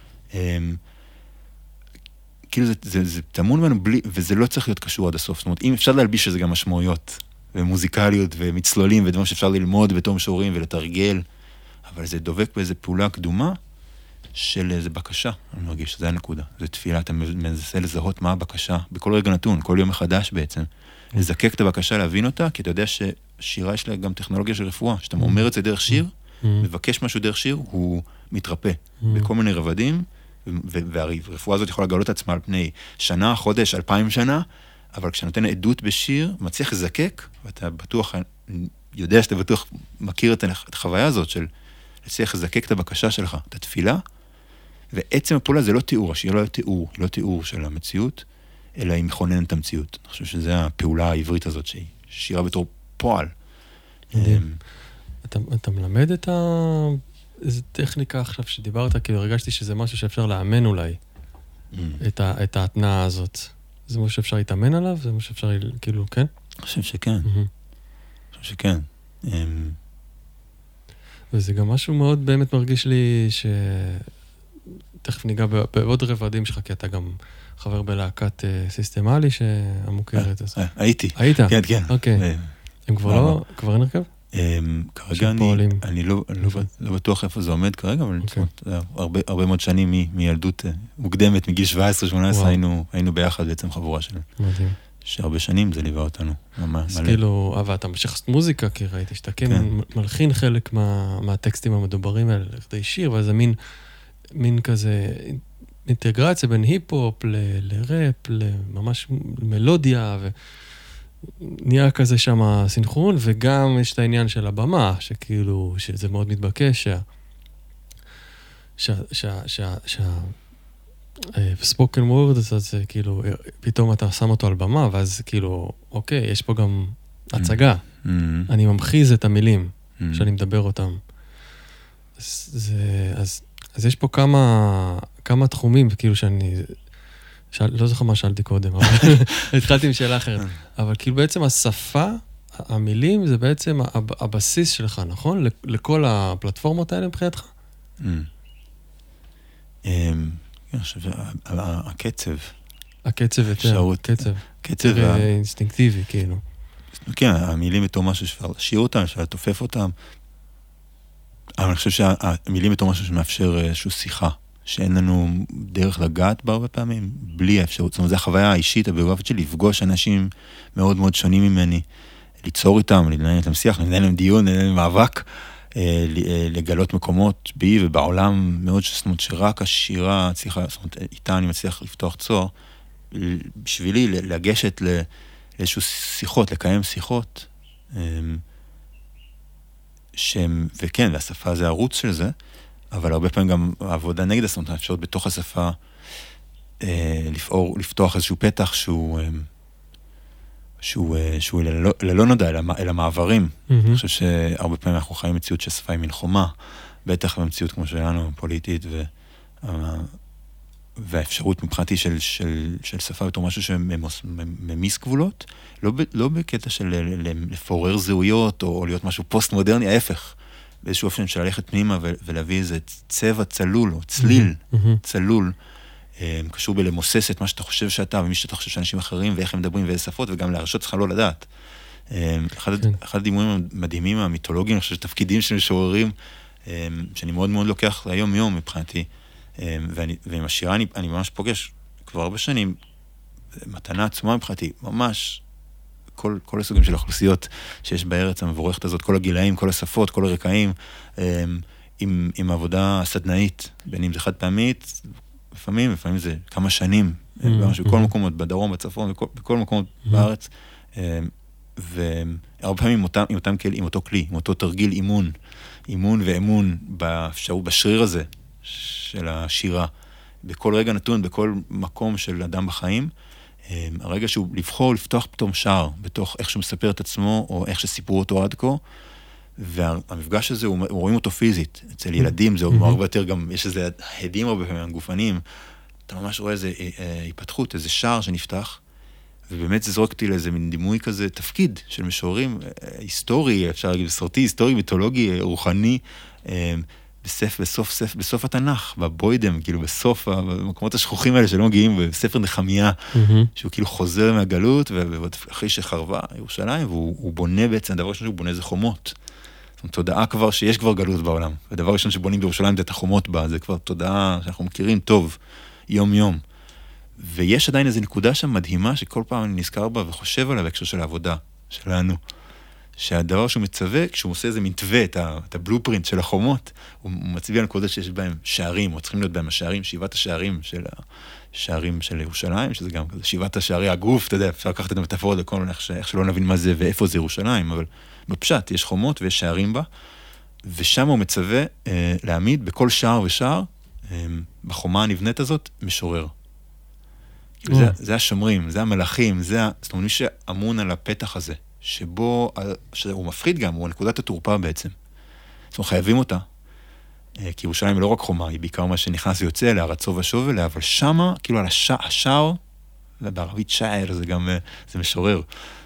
כאילו זה, זה, זה תמון ממנו בלי, וזה לא צריך להיות קשור עד הסוף. זאת אומרת, אם אפשר להלביש שזה גם משמעויות, ומוזיקליות, ומצלולים, ודברים שאפשר ללמוד בתום שיעורים ולתרגל, אבל זה דובק באיזו פעולה קדומה של איזו בקשה. אני מרגיש שזה הנקודה. זה תפילה, אתה מנסה לזהות מה הבקשה, בכל רגע נתון, כל יום מחדש בעצם. לזקק את הבקשה, להבין אותה, כי אתה יודע ששירה יש לה גם טכנולוגיה של רפואה. שאתה אומר את זה דרך שיר, מבקש משהו דרך שיר, הוא מתרפא בכל מיני רבדים, והרפואה הזאת יכולה לגלות עצמה על פני שנה, חודש, אלפיים שנה, אבל כשאתה נותן עדות בשיר, מצליח לזקק, ואתה בטוח, יודע שאתה בטוח מכיר את החוויה הזאת של להצליח לזקק את הבקשה שלך, את התפילה, ועצם הפעולה זה לא תיאור, השיר לא תיאור, לא תיאור של המציאות, אלא היא מכוננת את המציאות. אני חושב שזו הפעולה העברית הזאת, שהיא שירה בתור פועל. אתה מלמד את ה... איזו טכניקה עכשיו שדיברת, כאילו הרגשתי שזה משהו שאפשר לאמן אולי, mm. את, ה, את ההתנאה הזאת. זה משהו שאפשר להתאמן עליו? זה משהו שאפשר, כאילו, כן? אני חושב שכן. Mm-hmm. אני חושב שכן. Um... וזה גם משהו מאוד באמת מרגיש לי ש... תכף ניגע בעוד רבדים שלך, כי אתה גם חבר בלהקת uh, סיסטמלי שהמוכרת. Uh, uh, הייתי. היית? כן, כן. אוקיי. Okay. Uh, הם כבר לא... כבר אין הרכב? כרגע אני לא בטוח איפה זה עומד כרגע, אבל הרבה מאוד שנים מילדות מוקדמת, מגיל שבע עשרה שמונה עשרה היינו ביחד בעצם חבורה שלנו. מדהים. שהרבה שנים זה ליווה אותנו. אז כאילו, אבל אתה משך מוזיקה, כי ראיתי שאתה כן מלחין חלק מהטקסטים המדוברים האלה, לכדי שיר, וזה מין כזה אינטגרציה בין היפ-הופ לראפ, לממש מלודיה ו... נהיה כזה שם סינכרון, וגם יש את העניין של הבמה, שכאילו, שזה מאוד מתבקש, שה... שה... שה... שה... ספוקן וורד, אז כאילו, פתאום אתה שם אותו על במה, ואז כאילו, אוקיי, יש פה גם הצגה. אני ממחיז את המילים שאני מדבר אותם. אז, זה, אז, אז יש פה כמה, כמה תחומים, כאילו שאני... שאל, לא זוכר מה שאלתי קודם, אבל התחלתי עם שאלה אחרת. אבל כאילו בעצם השפה, המילים, זה בעצם הבסיס שלך, נכון? לכל הפלטפורמות האלה מבחינתך? אני חושב, הקצב. הקצב יותר, קצב. קצב אינסטינקטיבי, כאילו. כן, המילים יותר משהו שאפשר לשיר אותם, אפשר לתופף אותם. אבל אני חושב שהמילים יותר משהו שמאפשר איזושהי שיחה. שאין לנו דרך לגעת בה הרבה פעמים, בלי האפשרות. זאת אומרת, זו החוויה האישית, הביוגרפית שלי, לפגוש אנשים מאוד מאוד שונים ממני, ליצור איתם, לנהל איתם שיח, לנהל להם דיון, לנהל להם מאבק, לגלות מקומות בי ובעולם מאוד, זאת אומרת, שרק השירה צריכה, זאת אומרת, איתה אני מצליח לפתוח צוהר, בשבילי לגשת לאיזשהו שיחות, לקיים שיחות, שהם, וכן, והשפה זה ערוץ של זה, אבל הרבה פעמים גם העבודה נגד השפה, אפשרות בתוך השפה, לפעור, לפתוח איזשהו פתח שהוא, שהוא, שהוא ללא, ללא נודע, אלא, אלא מעברים. Mm-hmm. אני חושב שהרבה פעמים אנחנו חיים מציאות שהשפה היא מלחמה, בטח במציאות כמו שלנו, פוליטית, ו, והאפשרות מבחינתי של, של, של שפה בתור משהו שממיס גבולות, לא, לא בקטע של לפורר זהויות, או להיות משהו פוסט-מודרני, ההפך, באיזשהו אופן של ללכת פנימה ולהביא איזה צבע צלול, או צליל, mm-hmm. צלול, קשור בלמוסס את מה שאתה חושב שאתה, ומי שאתה חושב שאנשים אחרים, ואיך הם מדברים ואיזה שפות, וגם להרשות צריכה לא לדעת. אחד, אחד הדימויים המדהימים, המיתולוגיים, אני חושב שתפקידים של משוררים, שאני מאוד מאוד לוקח ליום יום מבחינתי, ואני, ועם השירה אני, אני ממש פוגש כבר הרבה שנים, מתנה עצומה מבחינתי, ממש כל, כל הסוגים של האוכלוסיות שיש בארץ המבורכת הזאת, כל הגילאים, כל השפות, כל הרקעים, עם, עם העבודה הסדנאית, בין אם זה חד פעמית, לפעמים, לפעמים זה כמה שנים, בכל מקומות, בדרום, בצפון, בכל מקומות בארץ, והרבה פעמים עם אותם כלי, עם אותו כלי, עם אותו תרגיל אימון, אימון ואמון באפשרות, בשריר הזה של השירה, בכל רגע נתון, בכל מקום של אדם בחיים, הרגע שהוא לבחור, לפתוח פתאום שער, בתוך איך שהוא מספר את עצמו, או איך שסיפרו אותו עד כה, והמפגש הזה, הוא, רואים אותו פיזית. אצל ילדים זה הרבה יותר גם, יש איזה הדים הרבה פעמים, גופניים, אתה ממש רואה איזה היפתחות, איזה שער שנפתח, ובאמת זה זורק אותי לאיזה מין דימוי כזה, תפקיד של משוררים, היסטורי, אפשר להגיד, סרטי, היסטורי, מיתולוגי, רוחני, בסוף, בסוף, בסוף, בסוף התנ"ך, בבוידם, כאילו בסוף, במקומות השכוחים האלה שלא מגיעים, בספר נחמיה, שהוא כאילו חוזר מהגלות, ואחרי שחרבה ירושלים, והוא בונה בעצם, הדבר ראשון שהוא בונה זה חומות. זאת אומרת, תודעה כבר שיש כבר גלות בעולם. והדבר ראשון שבונים בירושלים זה את החומות בה, זה כבר תודעה שאנחנו מכירים טוב, יום יום. ויש עדיין איזו נקודה שם מדהימה, שכל פעם אני נזכר בה וחושב עליה בהקשר של העבודה שלנו. שהדבר שהוא מצווה, כשהוא עושה איזה מתווה, את הבלופרינט של החומות, הוא מצביע על נקודות שיש בהם שערים, או צריכים להיות בהם השערים, שבעת השערים של השערים של ירושלים, שזה גם כזה, שבעת השערי הגוף, אתה יודע, אפשר לקחת את המטאפורות לכל, איך שלא נבין מה זה ואיפה זה ירושלים, אבל בפשט, יש חומות ויש שערים בה, ושם הוא מצווה אה, להעמיד בכל שער ושער, אה, בחומה הנבנית הזאת, משורר. זה, זה השומרים, זה המלאכים, זה, זאת אומרת, מי שאמון על הפתח הזה, שבו, שהוא מפחיד גם, הוא נקודת התורפה בעצם. זאת אומרת, חייבים אותה. כי ירושלים היא לא רק חומה, היא בעיקר מה שנכנס ויוצא אליה, רצו ושוב אליה, אבל שמה, כאילו על השע, השער, ובערבית שער, זה גם, זה משורר.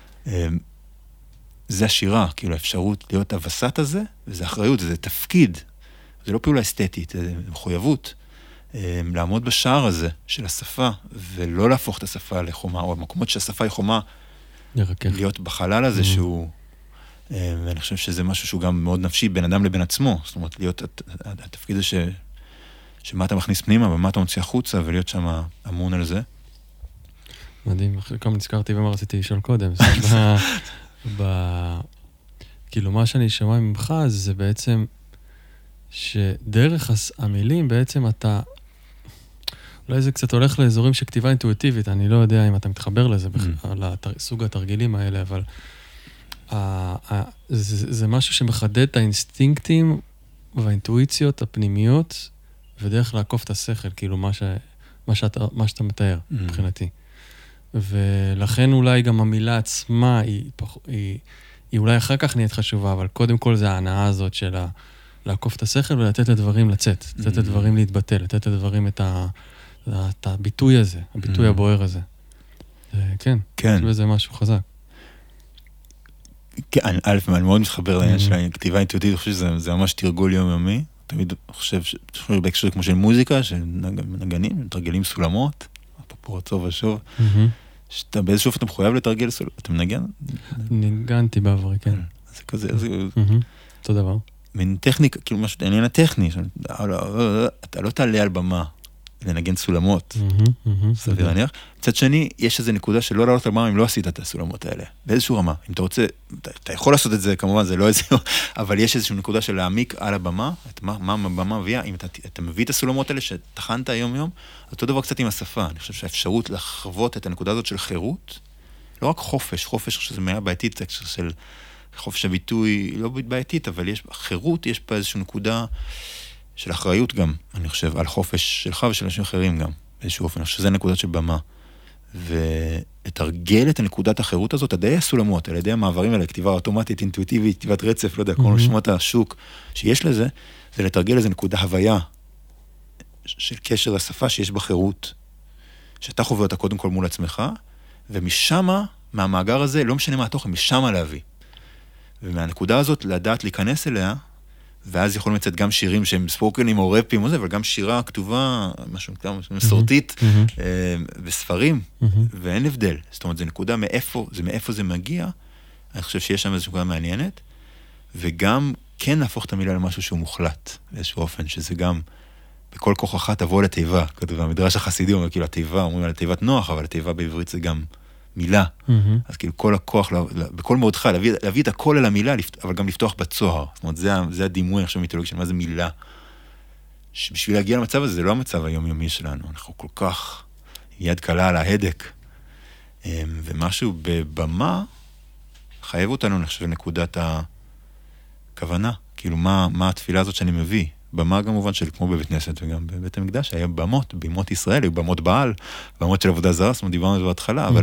זה השירה, כאילו האפשרות להיות הווסת הזה, וזה אחריות, זה תפקיד. זה לא פעולה אסתטית, זה מחויבות. לעמוד בשער הזה של השפה, ולא להפוך את השפה לחומה, או במקומות שהשפה היא חומה, ירקח. להיות בחלל הזה mm-hmm. שהוא, ואני חושב שזה משהו שהוא גם מאוד נפשי בין אדם לבין עצמו, זאת אומרת, להיות התפקיד הזה ש, שמה אתה מכניס פנימה, ומה אתה מוציא החוצה, ולהיות שם אמון על זה. מדהים, כמה נזכרתי ומה רציתי לשאול קודם, ב... כאילו מה שאני שומע ממך זה בעצם שדרך המילים בעצם אתה, אולי זה קצת הולך לאזורים של כתיבה אינטואיטיבית, אני לא יודע אם אתה מתחבר לזה, לסוג התרגילים האלה, אבל זה משהו שמחדד את האינסטינקטים והאינטואיציות הפנימיות, ודרך לעקוף את השכל, כאילו מה שאתה מתאר, מבחינתי. ולכן אולי גם המילה עצמה היא אולי אחר כך נהיית חשובה, אבל קודם כל זה ההנאה הזאת של לעקוף את השכל ולתת לדברים לצאת, לתת לדברים להתבטא, לתת לדברים את ה... את הביטוי הזה, הביטוי הבוער הזה. כן, יש בזה משהו חזק. כן, א', אני מאוד מתחבר לעניין של הכתיבה האינטואיטיבית, אני חושב שזה ממש תרגול יומיומי, תמיד חושב, בהקשר כמו של מוזיקה, של נגנים, מתרגלים סולמות, אפרופו רצו ושוב, שאתה באיזשהו אופן מחויב לתרגל סולמות, אתה מנגן? ניגנתי בעברי, כן. זה כזה, זה... אותו דבר. מין טכניקה, כאילו משהו, העניין הטכני, אתה לא תעלה על במה, לנגן סולמות, סביר להניח. מצד שני, יש איזו נקודה שלא לעלות על במה אם לא עשית את הסולמות האלה, באיזשהו רמה. אם אתה רוצה, אתה יכול לעשות את זה, כמובן, זה לא איזה, אבל יש איזושהי נקודה של להעמיק על הבמה, את מה הבמה מביאה, אם אתה מביא את הסולמות האלה שתחנת היום יום, אותו דבר קצת עם השפה. אני חושב שהאפשרות לחוות את הנקודה הזאת של חירות, לא רק חופש, חופש שזה מילה בעייתית, של חופש הביטוי, לא בעייתית, אבל יש, חירות, יש פה איזושהי נקודה של אחריות גם, אני חושב, על חופש שלך ושל אנשים אחרים גם, באיזשהו אופן, אני חושב שזה נקודה של במה. ולתרגל את הנקודת החירות הזאת, עדי הסולמות, על ידי המעברים האלה, כתיבה אוטומטית, אינטואיטיבית, כתיבת רצף, לא יודע, כל משמעות השוק שיש לזה, זה לתרגל איזו נקודה הוויה של קשר לשפה שיש בה חירות, שאתה חווה אותה קודם כל מול עצמך, ומשמה, מהמאגר הזה, לא משנה מה התוכן, משמה להביא. ומהנקודה הזאת, לדעת להיכנס אליה, ואז יכולים לצאת גם שירים שהם ספורקנים או רפים או זה, אבל גם שירה כתובה, משהו מסורתית, בספרים, ואין הבדל. זאת אומרת, זה נקודה מאיפה, זה מאיפה זה מגיע, אני חושב שיש שם איזושהי נקודה מעניינת, וגם כן להפוך את המילה למשהו שהוא מוחלט, באיזשהו אופן, שזה גם, בכל כוחך תבוא לתיבה, כתוב, המדרש החסידי אומר, כאילו, התיבה, אומרים על התיבת נוח, אבל התיבה בעברית זה גם מילה. אז כאילו, כל הכוח, בכל מאודך, להביא, להביא את הכל אל המילה, אבל גם לפתוח בצוהר. זאת אומרת, זה, זה הדימוי, עכשיו, מיתולוגי של מה זה מילה. שבשביל להגיע למצב הזה, זה לא המצב היומיומי שלנו. אנחנו כל כך יד קלה על ההדק. ומשהו בבמה חייב אותנו, אני חושב, נקודת הכוונה. כאילו, מה, מה התפילה הזאת שאני מביא? במה כמובן של כמו בבית כנסת וגם בבית המקדש, היה במות, במות ישראל, היו במות בעל, במות של עבודה זרה, זאת אומרת, דיברנו על זה בהתחלה, אבל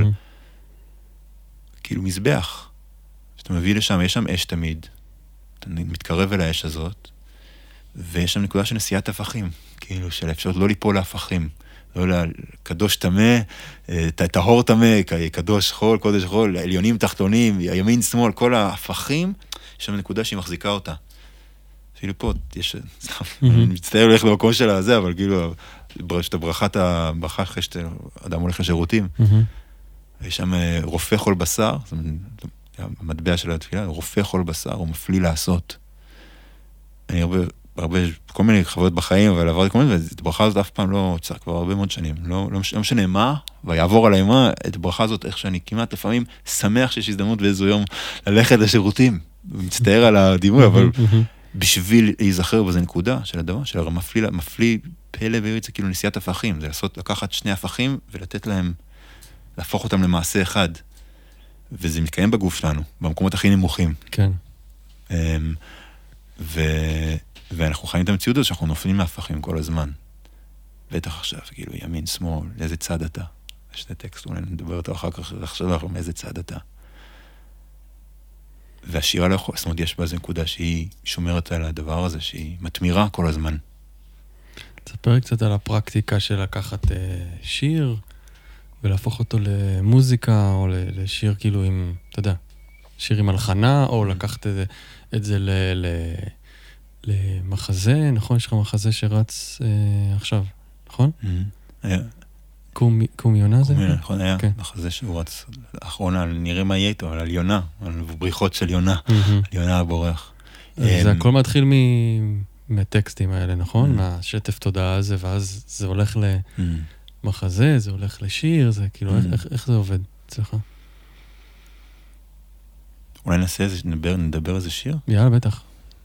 כאילו מזבח, שאתה מביא לשם, יש שם אש תמיד, אתה מתקרב אל האש הזאת, ויש שם נקודה של נשיאת הפכים, כאילו של האפשרות לא ליפול להפכים, לא לקדוש תמה, טהור תמה, קדוש חול, קודש חול, עליונים תחתונים, ימין שמאל, כל ההפכים, יש שם נקודה שהיא מחזיקה אותה. אפילו פה, יש, אני מצטער הולך למקום של הזה, אבל כאילו, שאתה ברכת הברכה אחרי שאדם הולך לשירותים, יש שם רופא חול בשר, זה המטבע של התפילה, רופא חול בשר, הוא מפליא לעשות. אני הרבה, הרבה, כל מיני חוויות בחיים, אבל עברתי כל מיני, ואת הברכה הזאת אף פעם לא צריך, כבר הרבה מאוד שנים, לא, לא, לא משנה מה, ויעבור עליי מה, את הברכה הזאת, איך שאני כמעט לפעמים שמח שיש הזדמנות באיזו יום ללכת לשירותים, ומצטער על הדימוי, אבל בשביל להיזכר בזה נקודה של הדבר, של המפליא, מפליא פלא בעברית, זה כאילו נשיאת הפכים, זה לעשות, לקחת שני הפכים ולתת להם, להפוך אותם למעשה אחד. וזה מתקיים בגוף שלנו, במקומות הכי נמוכים. כן. ו... ואנחנו חיים את המציאות הזאת שאנחנו נופלים מהפכים כל הזמן. בטח עכשיו, כאילו, ימין, שמאל, לאיזה צד אתה? יש את הטקסט, אולי נדבר אותו אחר כך, עכשיו אנחנו מאיזה צד אתה. והשירה לא יכול, זאת אומרת, יש בה איזו נקודה שהיא שומרת על הדבר הזה, שהיא מתמירה כל הזמן. תספר קצת על הפרקטיקה של לקחת אה, שיר, ולהפוך אותו למוזיקה, או לשיר כאילו עם, אתה יודע, שיר עם הלחנה, או לקחת את זה, את זה ל, ל, למחזה, נכון? יש לך מחזה שרץ אה, עכשיו, נכון? היה. קום יונה זה? קום יונה, נכון, היה מחזה שהוא רץ לאחרונה, נראה מה יהיה איתו, על יונה, על בריחות של יונה, על יונה הבורח. זה הכל מתחיל מהטקסטים האלה, נכון? מהשטף תודעה הזה, ואז זה הולך למחזה, זה הולך לשיר, זה כאילו, איך זה עובד אצלך? אולי נעשה איזה, נדבר איזה שיר? יאללה, בטח.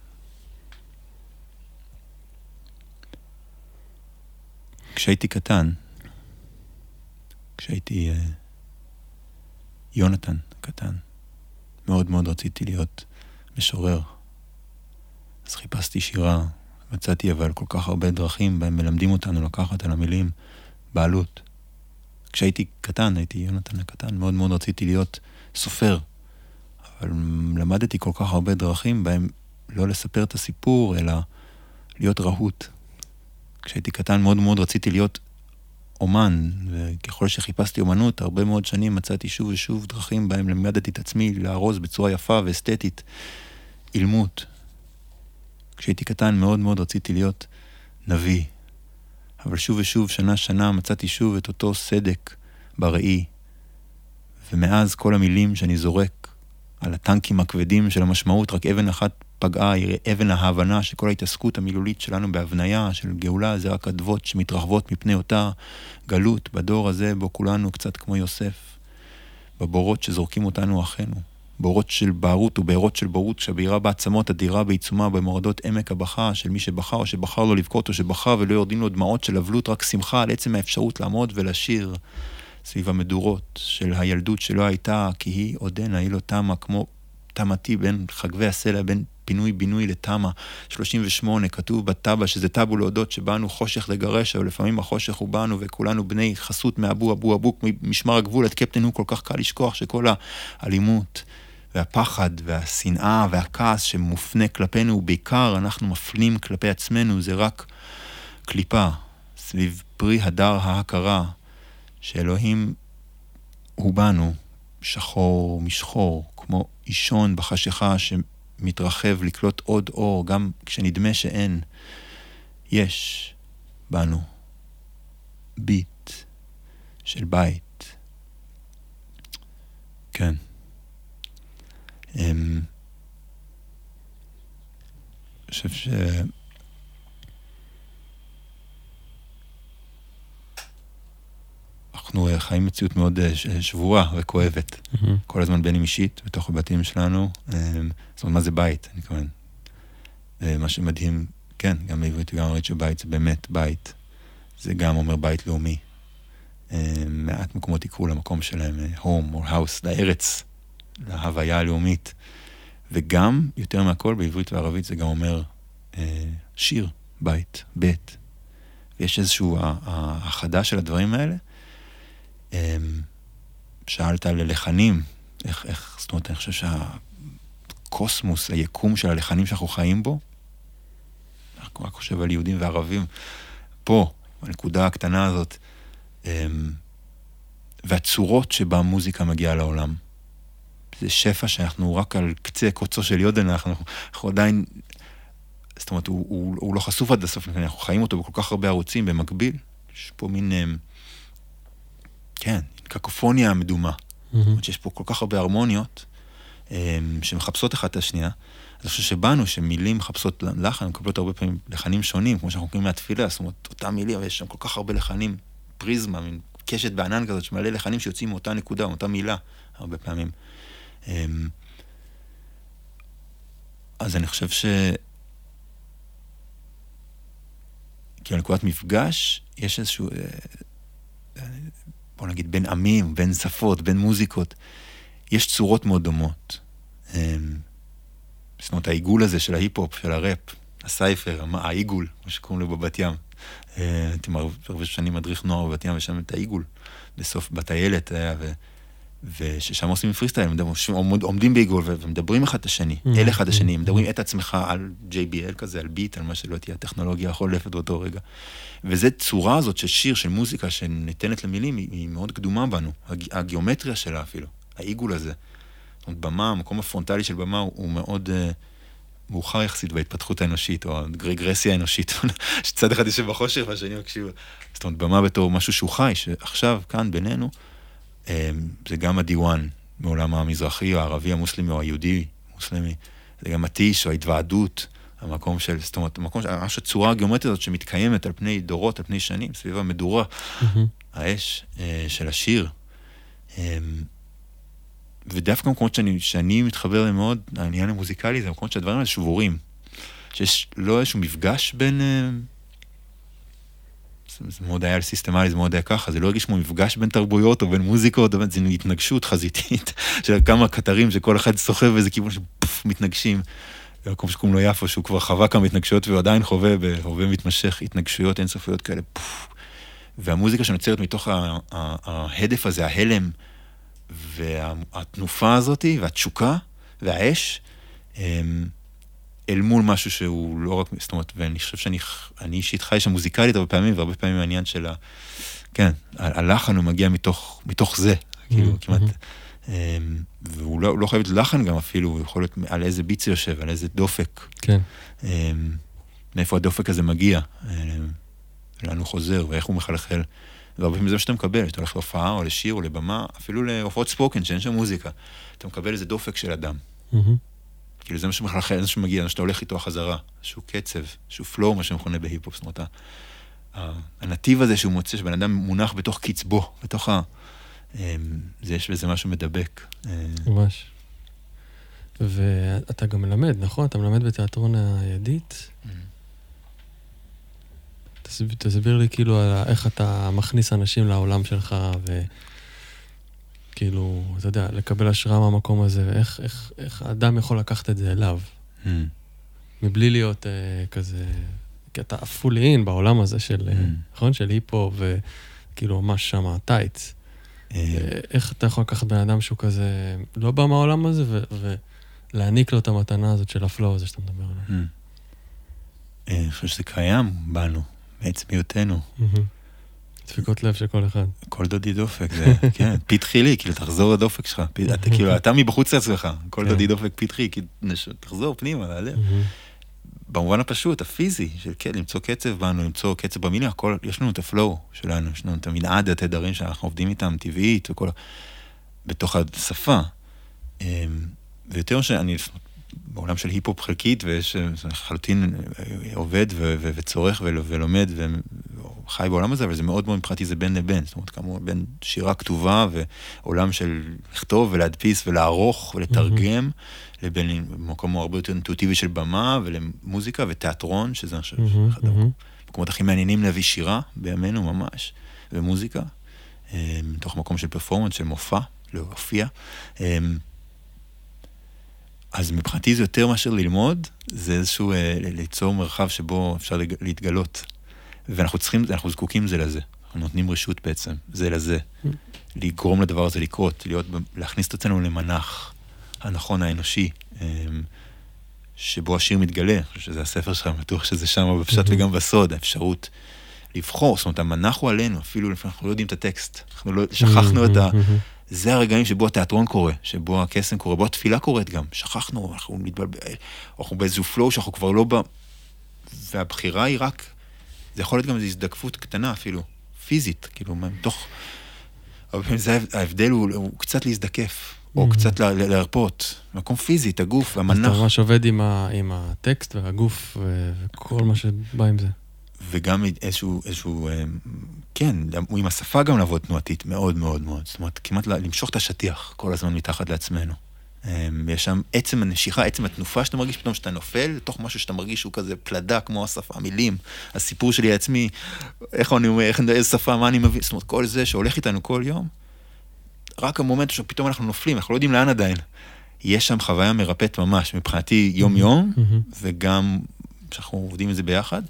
כשהייתי קטן, כשהייתי uh, יונתן קטן, מאוד מאוד רציתי להיות משורר. אז חיפשתי שירה, מצאתי אבל כל כך הרבה דרכים בהם מלמדים אותנו לקחת על המילים בעלות. כשהייתי קטן, הייתי יונתן הקטן, מאוד מאוד רציתי להיות סופר, אבל למדתי כל כך הרבה דרכים בהם לא לספר את הסיפור, אלא להיות רהוט. כשהייתי קטן מאוד מאוד רציתי להיות אומן, וככל שחיפשתי אומנות, הרבה מאוד שנים מצאתי שוב ושוב דרכים בהם למדתי את עצמי לארוז בצורה יפה ואסתטית, אילמות. כשהייתי קטן מאוד מאוד רציתי להיות נביא, אבל שוב ושוב, שנה שנה, מצאתי שוב את אותו סדק בראי, ומאז כל המילים שאני זורק על הטנקים הכבדים של המשמעות, רק אבן אחת פגעה, היא אבן ההבנה שכל ההתעסקות המילולית שלנו בהבניה של גאולה, זה רק אדוות שמתרחבות מפני אותה גלות בדור הזה, בו כולנו קצת כמו יוסף, בבורות שזורקים אותנו אחינו, בורות של בערות ובערות של בורות, שהבעירה בעצמות אדירה בעיצומה במורדות עמק הבכה של מי שבחר או שבחר לו לבכות או שבחר ולא יורדים לו דמעות של אבלות, רק שמחה על עצם האפשרות לעמוד ולשיר, סביב המדורות של הילדות שלא הייתה, כי היא עודנה, היא לא תמה, כמו תמתי בין חגבי הסלע, בין פינוי בינוי לתמה, שלושים ושמונה, כתוב בטבע שזה טאבו להודות שבאנו חושך לגרש, אבל לפעמים החושך הוא באנו וכולנו בני חסות מאבו אבו אבו, משמר הגבול, את קפטן הוא כל כך קל לשכוח שכל האלימות והפחד והשנאה והכעס שמופנה כלפינו, ובעיקר אנחנו מפלים כלפי עצמנו, זה רק קליפה סביב פרי הדר ההכרה שאלוהים הוא בנו, שחור משחור, כמו אישון בחשיכה שמתרחב לקלוט עוד אור, גם כשנדמה שאין. יש בנו ביט של בית. כן. אני חושב ש... אנחנו חיים מציאות מאוד שבורה וכואבת. Mm-hmm. כל הזמן בין אישית, בתוך הבתים שלנו. זאת אומרת, מה זה בית? אני כמובן. מה שמדהים, כן, גם בעברית וגם אמרית שבית זה באמת בית. זה גם אומר בית לאומי. מעט מקומות יקראו למקום שלהם, home or house, לארץ, להוויה הלאומית. וגם, יותר מהכל, בעברית וערבית זה גם אומר שיר, בית, בית. ויש איזשהו החדה של הדברים האלה, שאלת על הלחנים, איך, איך, זאת אומרת, אני חושב שהקוסמוס, היקום של הלחנים שאנחנו חיים בו, אני רק חושב על יהודים וערבים, פה, בנקודה הקטנה הזאת, והצורות שבה המוזיקה מגיעה לעולם. זה שפע שאנחנו רק על קצה קוצו של יודן, אנחנו, אנחנו עדיין, זאת אומרת, הוא, הוא, הוא לא חשוף עד הסוף, אנחנו חיים אותו בכל כך הרבה ערוצים, במקביל, יש פה מין... כן, קקופוניה מדומה. Mm-hmm. זאת אומרת שיש פה כל כך הרבה הרמוניות שמחפשות אחת את השנייה. אז אני חושב שבאנו שמילים מחפשות לחן, מקבלות הרבה פעמים לחנים שונים, כמו שאנחנו קוראים מהתפילה, זאת אומרת, אותם מילים, ויש שם כל כך הרבה לחנים, פריזמה, מין קשת בענן כזאת, שמלא לחנים שיוצאים מאותה נקודה, מאותה מילה, הרבה פעמים. אז אני חושב ש... כי בנקודת מפגש, יש איזשהו... בוא נגיד, בין עמים, בין שפות, בין מוזיקות, יש צורות מאוד דומות. זאת אומרת, העיגול הזה של ההיפ-הופ, של הראפ, הסייפר, העיגול, מה שקוראים לו בבת ים. הייתי הרבה שנים מדריך נוער בבת ים, ושם את העיגול, בסוף בטיילת, וששם עושים פריסטייל, עומדים בעיגול, ומדברים אחד את השני, אל אחד השני, מדברים את עצמך על ג'יי בי אל כזה, על ביט, על מה שלא תהיה הטכנולוגיה החולפת באותו רגע. וזו צורה הזאת של שיר, של מוזיקה, שניתנת למילים, היא מאוד קדומה בנו, הגיאומטריה שלה אפילו, העיגול הזה. זאת אומרת, במה, המקום הפרונטלי של במה הוא מאוד מאוחר יחסית בהתפתחות האנושית, או הגרגרסיה האנושית, שצד אחד יושב בחושך והשני מקשיב. זאת אומרת, במה בתור משהו שהוא חי, שעכשיו, כאן בינינו, זה גם הדיוואן מעולם המזרחי, או הערבי, המוסלמי, או היהודי, מוסלמי. זה גם הטיש, או ההתוועדות, המקום של, זאת אומרת, המקום, ממש הצורה הגיאומטרית הזאת שמתקיימת על פני דורות, על פני שנים, סביב המדורה, האש של השיר. ודווקא מקומות שאני, שאני מתחבר להם מאוד, העניין המוזיקלי, זה מקומות שהדברים האלה שבורים. שיש לא איזשהו מפגש בין... זה מאוד היה סיסטמלי, זה מאוד היה ככה, זה לא הרגיש כמו מפגש בין תרבויות או בין מוזיקות, או זה התנגשות חזיתית של כמה קטרים שכל אחד סוחב באיזה כיוון שפוף, מתנגשים. במקום שקוראים לו יפו, שהוא כבר חווה כמה התנגשויות והוא עדיין חווה, והווה מתמשך, התנגשויות אינסופיות כאלה, פוף. והמוזיקה שנוצרת מתוך ההדף הזה, ההלם, והתנופה הזאת, והתשוקה, והאש, אל מול משהו שהוא לא רק, זאת אומרת, ואני חושב שאני אני אישית חי שם מוזיקלית הרבה פעמים, והרבה פעמים העניין של ה... כן, הלחן הוא מגיע מתוך, מתוך זה, כאילו, כמעט... והוא לא, לא חייב להיות לחן גם אפילו, הוא יכול להיות על איזה ביט זה יושב, על איזה דופק. כן. מאיפה הדופק הזה מגיע, לאן הוא חוזר, ואיך הוא מחלחל. והרבה פעמים זה מה שאתה מקבל, אתה הולך להופעה או לשיר או לבמה, אפילו להופעות ספוקן, שאין שם מוזיקה. אתה מקבל איזה דופק של אדם. כאילו זה מה שמחלחל, זה מה שמגיע, זה שאתה הולך איתו החזרה, איזשהו קצב, איזשהו פלואו, מה שמכונה בהיפ-הופ, זאת אומרת, הנתיב הזה שהוא מוצא, שבן אדם מונח בתוך קצבו, בתוך ה... זה יש בזה משהו מדבק. ממש. ואתה גם מלמד, נכון? אתה מלמד בתיאטרון הידית? אתה תסביר לי כאילו איך אתה מכניס אנשים לעולם שלך, וכאילו, אתה יודע, לקבל השראה מהמקום הזה, ואיך איך, איך האדם יכול לקחת את זה אליו, mm. מבלי להיות אה, כזה, כי אתה אפול אין בעולם הזה של, mm. נכון? של היפו, וכאילו ממש שם טייץ. Mm. איך אתה יכול לקחת בן אדם שהוא כזה, לא בא מהעולם הזה, ו... ולהעניק לו את המתנה הזאת של הפלואו הזה שאתה מדבר עליו. אני חושב שזה קיים בנו, בעצמיותנו. דפיקות לב של כל אחד. כל דודי דופק, זה, כן, פתחי לי, כאילו, תחזור לדופק שלך. כאילו, אתה מבחוץ לעצמך, כל דודי דופק פתחי, תחזור פנימה, ללב. במובן הפשוט, הפיזי, של כן, למצוא קצב בנו, למצוא קצב במילה, הכל, יש לנו את הפלואו שלנו, יש לנו את המנעד, התדרים שאנחנו עובדים איתם, טבעית, וכל, בתוך השפה. ויותר שאני, בעולם של היפופ חלקית, ויש חלוטין עובד וצורך ולומד וחי בעולם הזה, אבל זה מאוד מאוד מבחינתי זה בין לבין, זאת אומרת, כמו בין שירה כתובה ועולם של לכתוב ולהדפיס ולערוך ולתרגם, לבין מקום הרבה יותר אינטואיטיבי של במה ולמוזיקה ותיאטרון, שזה אני חושב אחד המקומות הכי מעניינים להביא שירה בימינו ממש, ומוזיקה, מתוך מקום של פרפורמנס, של מופע, להופיע. אז מבחינתי זה יותר מאשר ללמוד, זה איזשהו אה, ליצור מרחב שבו אפשר להתגלות. ואנחנו צריכים, אנחנו זקוקים זה לזה. אנחנו נותנים רשות בעצם, זה לזה. לגרום לדבר הזה לקרות, להיות, להכניס את עצמנו למנח הנכון האנושי, אה, שבו השיר מתגלה. אני חושב שזה הספר שלך, בטוח שזה שם בפשט וגם בסוד, האפשרות לבחור. זאת אומרת, המנח הוא עלינו, אפילו לפעמים אנחנו לא יודעים את הטקסט. אנחנו לא, שכחנו את ה... זה הרגעים שבו התיאטרון קורה, שבו הקסם קורה, בו התפילה קורית גם. שכחנו, אנחנו מתבלבל, אנחנו באיזשהו פלואו שאנחנו כבר לא בא... והבחירה היא רק, זה יכול להיות גם איזו הזדקפות קטנה אפילו, פיזית, כאילו, מתוך... אבל פעמים זה ההבדל הוא, הוא קצת להזדקף, או קצת להרפות, מקום פיזית, הגוף, המנח. אז אתה ממש עובד עם, ה... עם הטקסט והגוף וכל מה שבא עם זה. וגם איזשהו, איזשהו, כן, הוא עם השפה גם לעבוד תנועתית, מאוד מאוד מאוד. זאת אומרת, כמעט למשוך את השטיח כל הזמן מתחת לעצמנו. יש שם עצם הנשיכה, עצם התנופה שאתה מרגיש פתאום שאתה נופל, תוך משהו שאתה מרגיש שהוא כזה פלדה, כמו השפה, המילים, הסיפור שלי עצמי, איך אני אומר, איזה שפה, מה אני מבין, זאת אומרת, כל זה שהולך איתנו כל יום, רק המומנט שפתאום אנחנו נופלים, אנחנו לא יודעים לאן עדיין. יש שם חוויה מרפאת ממש, מבחינתי יום-יום, וגם שאנחנו עובדים את זה ביחד.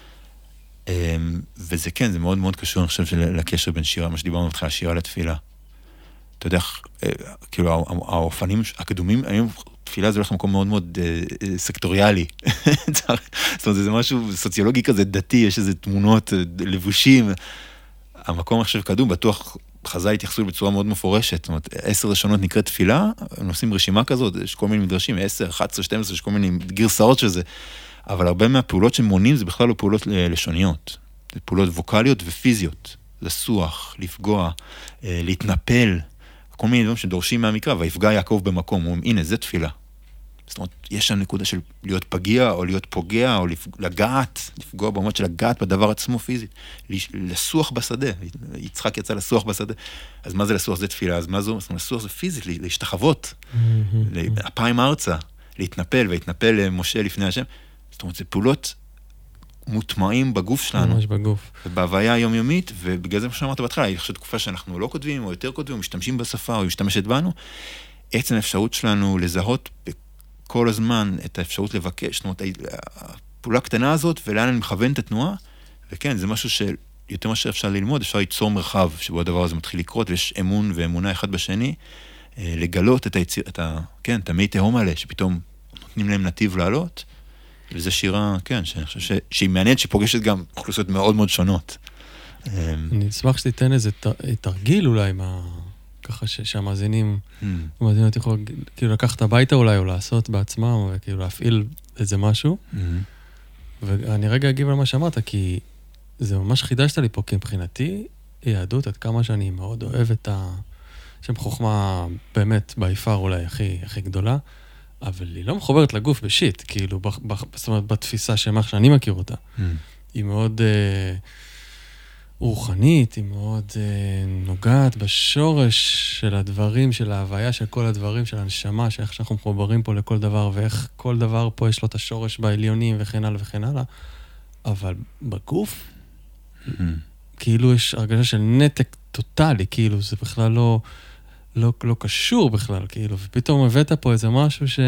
וזה כן, זה מאוד מאוד קשור, אני חושב, לקשר בין שירה, מה שדיברנו אותך, השירה לתפילה. אתה יודע, כאילו, האופנים הקדומים, היום תפילה זה הולך למקום מאוד מאוד סקטוריאלי. זאת אומרת, זה משהו סוציולוגי כזה, דתי, יש איזה תמונות, לבושים. המקום עכשיו קדום, בטוח חז"ל התייחסו בצורה מאוד מפורשת. זאת אומרת, עשר ראשונות נקראת תפילה, הם עושים רשימה כזאת, יש כל מיני מדרשים, עשר, אחת עשרה, שתים עשרה, יש כל מיני גרסאות של זה. אבל הרבה מהפעולות שמונים זה בכלל לא פעולות לשוניות. זה פעולות ווקליות ופיזיות. לסוח, לפגוע, להתנפל, כל מיני דברים שדורשים מהמקרא, ויפגע יעקב במקום. הוא אומר, הנה, זה תפילה. זאת אומרת, יש שם נקודה של להיות פגיע, או להיות פוגע, או לגעת, לפגוע במות של לגעת בדבר עצמו פיזית. לסוח בשדה. יצחק יצא לסוח בשדה. אז מה זה לסוח? זה תפילה. אז מה זה? לסוח זה פיזית, להשתחוות. אפיים ארצה, להתנפל, והתנפל למשה לפני השם. זאת אומרת, זה פעולות מוטמעים בגוף שלנו. ממש בגוף. ובהוויה היומיומית, ובגלל זה מה שאמרת בהתחלה, היא חושבת תקופה שאנחנו לא כותבים, או יותר כותבים, או משתמשים בשפה, או משתמשת בנו, עצם האפשרות שלנו לזהות בכל הזמן את האפשרות לבקש, זאת אומרת, הפעולה הקטנה הזאת, ולאן אני מכוון את התנועה, וכן, זה משהו שיותר מאשר אפשר ללמוד, אפשר ליצור מרחב, שבו הדבר הזה מתחיל לקרות, ויש אמון ואמונה אחד בשני, לגלות את היציר, את ה, כן, את המי תהום האלה, שפתאום נותנים להם נתיב לעלות, וזו שירה, כן, שאני חושב ש... שהיא מעניינת, שפוגשת גם אוכלוסיות מאוד מאוד שונות. אני אשמח שתיתן איזה תרגיל אולי, מה... ככה ש... שהמאזינים, המאזינות יכולו כאילו לקחת הביתה אולי, או לעשות בעצמם, וכאילו להפעיל איזה משהו. ואני רגע אגיב על מה שאמרת, כי זה ממש חידשת לי פה, כי מבחינתי, יהדות, עד כמה שאני מאוד אוהב את ה... שם חוכמה באמת בעיפר אולי הכי, הכי גדולה, אבל היא לא מחוברת לגוף בשיט, כאילו, זאת אומרת, בתפיסה שמה שאני מכיר אותה. Mm. היא מאוד אה, רוחנית, היא מאוד אה, נוגעת בשורש של הדברים, של ההוויה, של כל הדברים, של הנשמה, שאיך שאנחנו מחוברים פה לכל דבר, ואיך כל דבר פה יש לו את השורש בעליונים וכן הלאה וכן הלאה. אבל בגוף, כאילו יש הרגשה של נתק טוטלי, כאילו זה בכלל לא, לא, לא קשור בכלל, כאילו, ופתאום הבאת פה איזה משהו ש...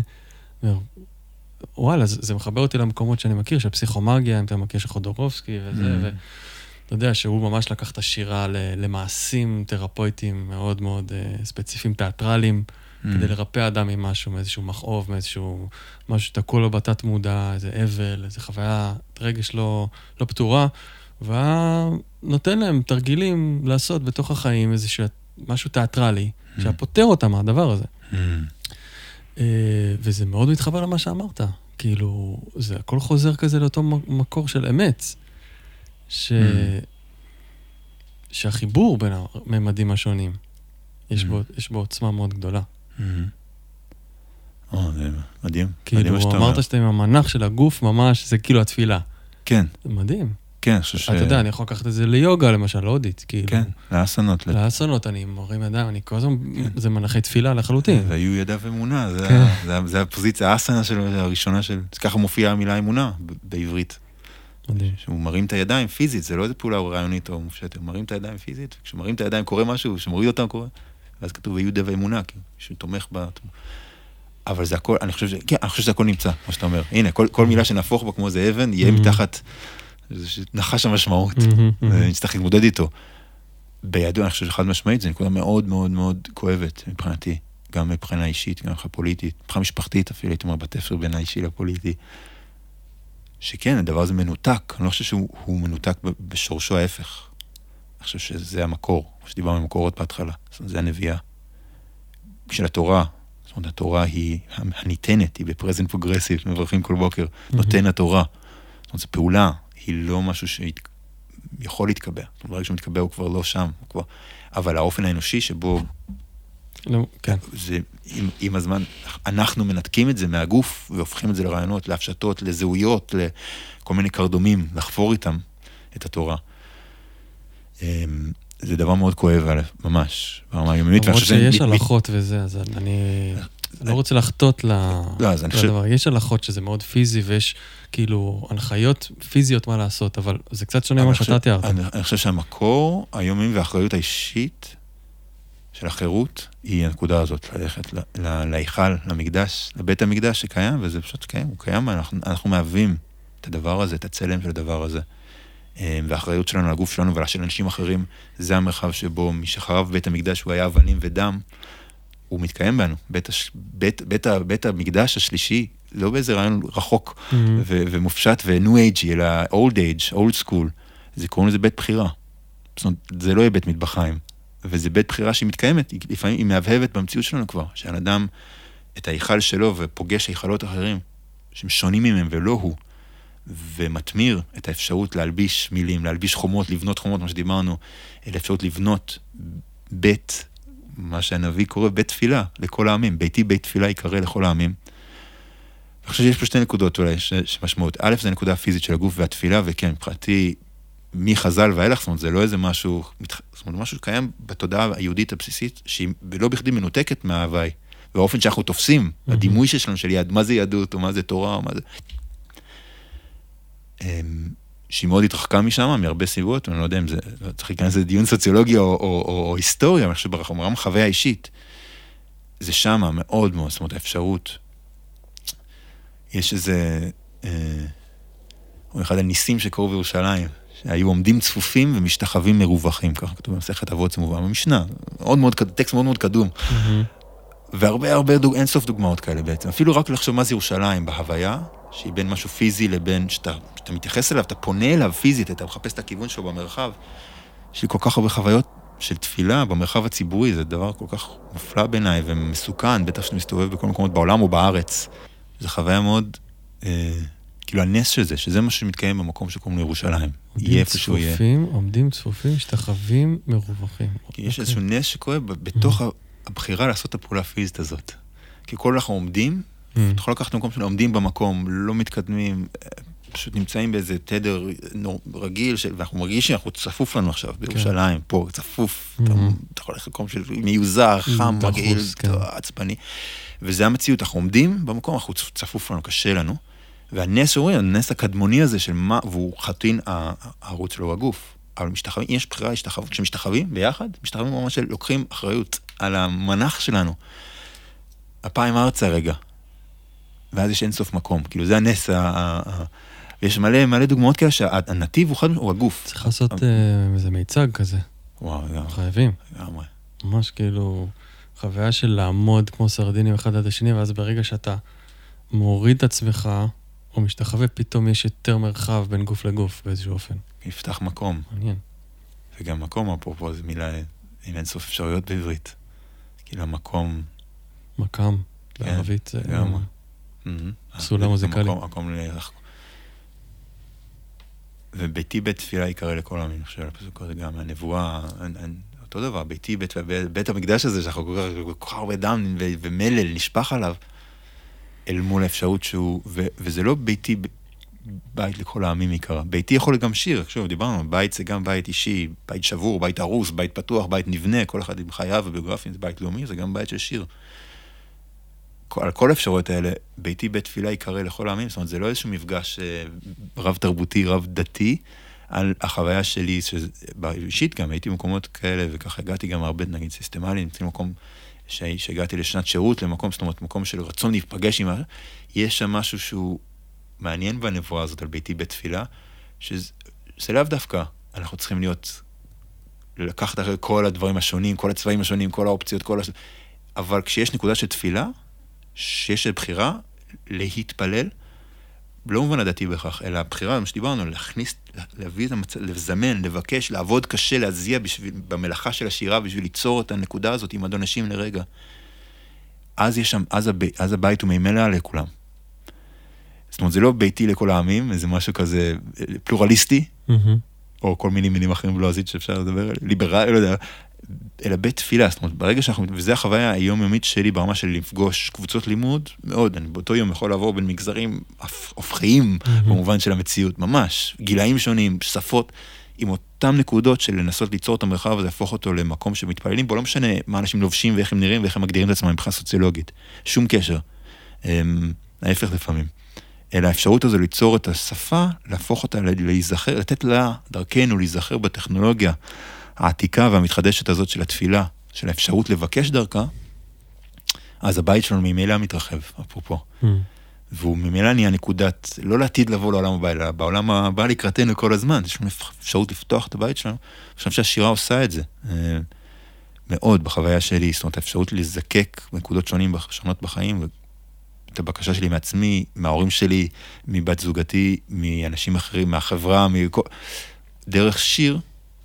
וואלה, זה, זה מחבר אותי למקומות שאני מכיר, של פסיכומגיה, אם אתה מכיר של חודורובסקי וזה, ו... אתה יודע שהוא ממש לקח את השירה למעשים תרפויטיים מאוד מאוד ספציפיים, תיאטרליים, כדי לרפא אדם עם משהו, מאיזשהו מכאוב, מאיזשהו משהו שתקוע לו בתת מודע, איזה אבל, איזה חוויה, רגש לא, לא פתורה, ונותן להם תרגילים לעשות בתוך החיים איזשהו משהו תיאטרלי, שהפותר אותם מהדבר הזה. וזה מאוד מתחבר למה שאמרת. כאילו, זה הכל חוזר כזה לאותו מקור של אמת. ש... שהחיבור בין הממדים השונים, יש בו, יש בו עוצמה מאוד גדולה. או, זה מדהים. כאילו, אמרת שאתה עם המנח של הגוף ממש, זה כאילו התפילה. כן. זה מדהים. כן, חושב ש... אתה יודע, אני יכול לקחת את זה ליוגה, למשל, הודית, כאילו. כן, לאסנות. לאסנות, אני מורים ידיים, אני כל הזמן, זה מנחי תפילה לחלוטין. והיו ידע ואמונה, זה הפוזיציה, האסנה הראשונה של... ככה מופיעה המילה אמונה בעברית. שהוא מרים את הידיים פיזית, זה לא איזה פעולה רעיונית או מופשטת, הוא מרים את הידיים פיזית, וכשמרים את הידיים קורה משהו, כשמוריד אותם קורה, ואז כתוב ויהודה ואמונה, שהוא תומך בה. אבל זה הכל, אני חושב ש... כן, אני חושב שזה הכל נמצא, מה שאתה אומר. הנה, כל, כל מילה שנהפוך בה כמו זה אבן, יהיה מתחת, נחש המשמעות, ונצטרך להתמודד איתו. בידו, אני חושב שחד משמעית, זה נקודה מאוד מאוד מאוד כואבת מבחינתי, גם מבחינה אישית, גם מבחינה פוליטית, מבחינה משפחתית אפילו, הייתי אומר, בתפר בין האישי לפוליטי. שכן, הדבר הזה מנותק, אני לא חושב שהוא מנותק בשורשו ההפך. אני חושב שזה המקור, שדיברנו במקורות בהתחלה, זאת אומרת, זה הנביאה. של התורה, זאת אומרת, התורה היא הניתנת, היא בפרזנט פרוגרסיב, מברכים כל בוקר, נותן התורה. זאת אומרת, זו פעולה, היא לא משהו שיכול להתקבע. זאת אומרת, ברגע שהוא מתקבע הוא כבר לא שם, הוא כבר... אבל האופן האנושי שבו... לא, כן. זה, עם, עם הזמן, אנחנו מנתקים את זה מהגוף, והופכים את זה לרעיונות, להפשטות, לזהויות, לכל מיני קרדומים, לחפור איתם את התורה. זה דבר מאוד כואב, ממש, ברמה היומית. למרות שיש הלכות וזה, אז אני לא רוצה לחטות לדבר. יש הלכות שזה מאוד פיזי, ויש כאילו הנחיות פיזיות מה לעשות, אבל זה קצת שונה מה שאתה תיארת. אני חושב שהמקור, היומיים והאחריות האישית של החירות, היא הנקודה הזאת, ללכת להיכל, למקדש, לבית המקדש שקיים, וזה פשוט קיים, הוא קיים, אנחנו מהווים את הדבר הזה, את הצלם של הדבר הזה. והאחריות שלנו לגוף שלנו ולשל אנשים אחרים, זה המרחב שבו מי שחרב בית המקדש, הוא היה אבנים ודם, הוא מתקיים בנו. בית, בית, בית, בית המקדש השלישי, לא באיזה רעיון רחוק mm-hmm. ו- ומופשט ו-new age, אלא old age, old school, זה קוראים לזה בית בחירה. זאת אומרת, זה לא יהיה בית מטבחיים, וזה בית בחירה שהיא מתקיימת, לפעמים היא מהבהבת במציאות שלנו כבר, שהאדם אדם את ההיכל שלו ופוגש היכלות אחרים, שהם שונים ממהם ולא הוא, ומתמיר את האפשרות להלביש מילים, להלביש חומות, לבנות חומות, מה שדיברנו, לאפשרות לבנות בית, מה שהנביא קורא בית תפילה לכל העמים, ביתי בית תפילה יקרא לכל העמים. אני חושב שיש פה שתי נקודות אולי שמשמעות. א', זה הנקודה הפיזית של הגוף והתפילה, וכן, מבחינתי, מחז"ל ואילך, זאת אומרת, זה לא איזה משהו, זאת אומרת, משהו שקיים בתודעה היהודית הבסיסית, שהיא לא בכדי מנותקת מההוואי, באופן שאנחנו תופסים, הדימוי שלנו של יד, מה זה יהדות, או מה זה תורה, או מה זה... שהיא מאוד התרחקה משם, מהרבה סיבות, אני לא יודע אם זה, צריך להיכנס לדיון סוציולוגי או, או, או, או היסטוריה, אני חושב ברמה חוויה אישית, זה שם מאוד מאוד, זאת אומרת, האפשרות, יש איזה, אה, או אחד הניסים שקורו בירושלים, שהיו עומדים צפופים ומשתחווים מרווחים, ככה כתוב במסכת אבות זה מובן במשנה, מאוד מאוד, טקסט מאוד מאוד קדום, והרבה הרבה דוג, אין סוף דוגמאות כאלה בעצם, אפילו רק לחשוב מה זה ירושלים בהוויה, שהיא בין משהו פיזי לבין, שאתה, שאתה מתייחס אליו, אתה פונה אליו פיזית, אתה מחפש את הכיוון שלו במרחב. יש לי כל כך הרבה חוויות של תפילה במרחב הציבורי, זה דבר כל כך מופלא בעיניי ומסוכן, בטח שאתה מסתובב בכל מקומות בעולם או בארץ. זו חוויה מאוד, אה, כאילו הנס של זה, שזה מה שמתקיים במקום שקוראים לירושלים. עומדים צפופים, עומדים צפופים, שתחווים מרווחים. כי יש איזשהו נס שקורה בתוך הבחירה לעשות את הפעולה הפיזית הזאת. כי כל אנחנו עומדים, אתה יכול לקחת מקום שלנו, עומדים במקום, לא מתקדמים, פשוט נמצאים באיזה תדר רגיל, ואנחנו מרגישים שאנחנו צפוף לנו עכשיו, בירושלים, פה, צפוף, אתה יכול ללכת מקום של מיוזר, חם, מגעיל, עצבני, וזה המציאות, אנחנו עומדים במקום, אנחנו צפוף לנו, קשה לנו, והנס אומרים, הנס הקדמוני הזה של מה, והוא חתין, הערוץ שלו הגוף. אבל משתחווים, יש בחירה להשתחוות, כשמשתחווים ביחד, משתחווים ממש לוקחים אחריות על המנח שלנו. הפעם ארצה רגע. ואז יש אינסוף מקום. כאילו זה הנס, ויש מלא, מלא דוגמאות כאלה שהנתיב הוא, הוא הגוף. צריך לעשות איזה מיצג כזה. וואו, גם. חייבים. גם. ממש כאילו, חוויה של לעמוד כמו סרדינים אחד עד השני, ואז ברגע שאתה מוריד את עצמך, או משתחווה, פתאום יש יותר מרחב בין גוף לגוף באיזשהו אופן. יפתח מקום. מעניין. וגם מקום, אפרופו, זו מילה עם אינסוף אפשרויות בעברית. כאילו המקום... מקם, בערבית. גם. סולם מוזיקלי. מקום ללך. וביתי בית תפילה יקרא לכל העמים, אני חושב, הפסוק הזה גם, הנבואה, אותו דבר, ביתי בית, בית המקדש הזה, שאנחנו כל כך הרבה דם ומלל נשפך עליו, אל מול האפשרות שהוא, וזה לא ביתי בית לכל העמים יקרא, ביתי יכול גם שיר, עכשיו דיברנו, בית זה גם בית אישי, בית שבור, בית ארוס, בית פתוח, בית נבנה, כל אחד עם חייו וביוגרפיים, זה בית לאומי, זה גם בית של שיר. על כל האפשרויות האלה, ביתי בית תפילה יקרא לכל העמים, זאת אומרת, זה לא איזשהו מפגש רב תרבותי, רב דתי, על החוויה שלי, אישית גם, הייתי במקומות כאלה, וככה הגעתי גם הרבה, נגיד, סיסטמלי, נמצא מקום שהגעתי לשנת שירות, למקום, זאת אומרת, מקום של רצון להיפגש עם, יש שם משהו שהוא מעניין בנבואה הזאת על ביתי בית תפילה, שזה לאו דווקא, אנחנו צריכים להיות, לקחת אחרי כל הדברים השונים, כל הצבעים השונים, כל האופציות, כל הש... אבל כשיש נקודה של תפילה, שיש בחירה להתפלל, לא מובן הדתי בכך, אלא הבחירה, מה שדיברנו, להכניס, להביא את המצב, לזמן, לבקש, לעבוד קשה, להזיע בשביל, במלאכה של השירה, בשביל ליצור את הנקודה הזאת עם עוד אנשים לרגע. אז יש שם, אז, הב, אז הבית הוא מימלא לכולם. זאת אומרת, זה לא ביתי לכל העמים, זה משהו כזה פלורליסטי, mm-hmm. או כל מיני מילים אחרים בלועזית שאפשר לדבר, ליברל, לא יודע, אלא בית תפילה, זאת אומרת, ברגע שאנחנו, וזה החוויה היומיומית שלי ברמה של לפגוש קבוצות לימוד, מאוד, אני באותו יום יכול לעבור בין מגזרים הופכיים, mm-hmm. במובן של המציאות, ממש, גילאים שונים, שפות, עם אותם נקודות של לנסות ליצור את המרחב הזה, להפוך אותו למקום שמתפללים בו, לא משנה מה אנשים לובשים ואיך הם נראים ואיך הם מגדירים את עצמם מבחינה סוציולוגית, שום קשר, ההפך לפעמים. אלא האפשרות הזו ליצור את השפה, להפוך אותה להיזכר, לתת לה דרכנו להיזכר בטכנולוגיה העתיקה והמתחדשת הזאת של התפילה, של האפשרות לבקש דרכה, אז הבית שלנו ממילא מתרחב, אפרופו. Mm. והוא ממילא נהיה נקודת, לא לעתיד לבוא לעולם הבא, אלא בעולם הבא לקראתנו כל הזמן, יש לנו אפשרות לפתוח את הבית שלנו, אני חושב שהשירה עושה את זה, מאוד בחוויה שלי, זאת אומרת, האפשרות לזקק בנקודות שונים, שונות בחיים, את הבקשה שלי מעצמי, מההורים שלי, מבת זוגתי, מאנשים אחרים, מהחברה, מכל... דרך שיר,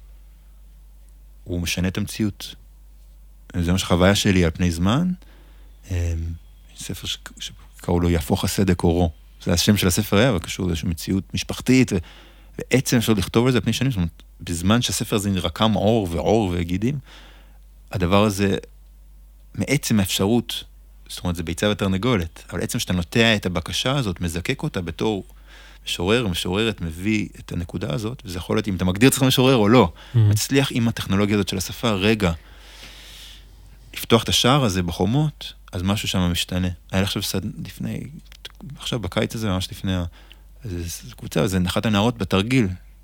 הוא משנה את המציאות. זה מה שחוויה שלי על פני זמן, ספר שקראו לו יהפוך הסדק אורו. זה השם של הספר היה, וקשור לאיזושהי מציאות משפחתית, ובעצם אפשר לכתוב על זה על פני שנים, זאת אומרת, בזמן שהספר הזה רקם אור ועור וגידים, הדבר הזה, מעצם האפשרות, זאת אומרת, זה ביצה ותרנגולת, אבל עצם שאתה נוטע את הבקשה הזאת, מזקק אותה בתור משורר, משוררת, מביא את הנקודה הזאת, וזה יכול להיות אם אתה מגדיר אצלך משורר או לא, mm-hmm. מצליח עם הטכנולוגיה הזאת של השפה, רגע, לפתוח את השער הזה בחומות, אז משהו שם משתנה. היה עכשיו סד... לפני, עכשיו בקיץ הזה, ממש לפני, זה קבוצה, זה נחת הנערות בתרגיל,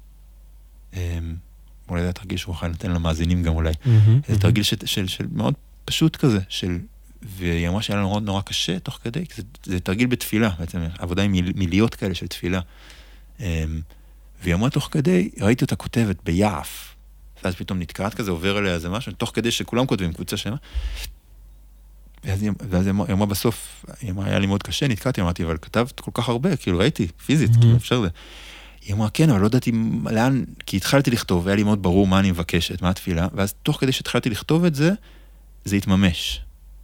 אולי זה התרגיל שהוא יכול לתת למאזינים גם אולי, mm-hmm. זה תרגיל של, של, של מאוד פשוט כזה, של והיא אמרה שהיה לנו מאוד נורא קשה תוך כדי, זה, זה תרגיל בתפילה, בעצם, עבודה עם מיל, מיליות כאלה של תפילה. והיא אמרה תוך כדי, ראיתי אותה כותבת ביעף, ואז פתאום נתקעת כזה, עובר עליה איזה משהו, תוך כדי שכולם כותבים, קבוצה שלמה, ואז היא, ואז היא אמרה בסוף, היא אמרה, היה לי מאוד קשה, נתקעתי, אמרתי, אבל כתבת כל כך הרבה, כאילו ראיתי, פיזית, mm-hmm. כאילו אפשר זה. היא אמרה, כן, אבל לא ידעתי לאן, כי התחלתי לכתוב, והיה לי מאוד ברור מה אני מבקשת, מה התפילה, ואז תוך כדי שהתחלתי לכתוב את זה, זה התממש.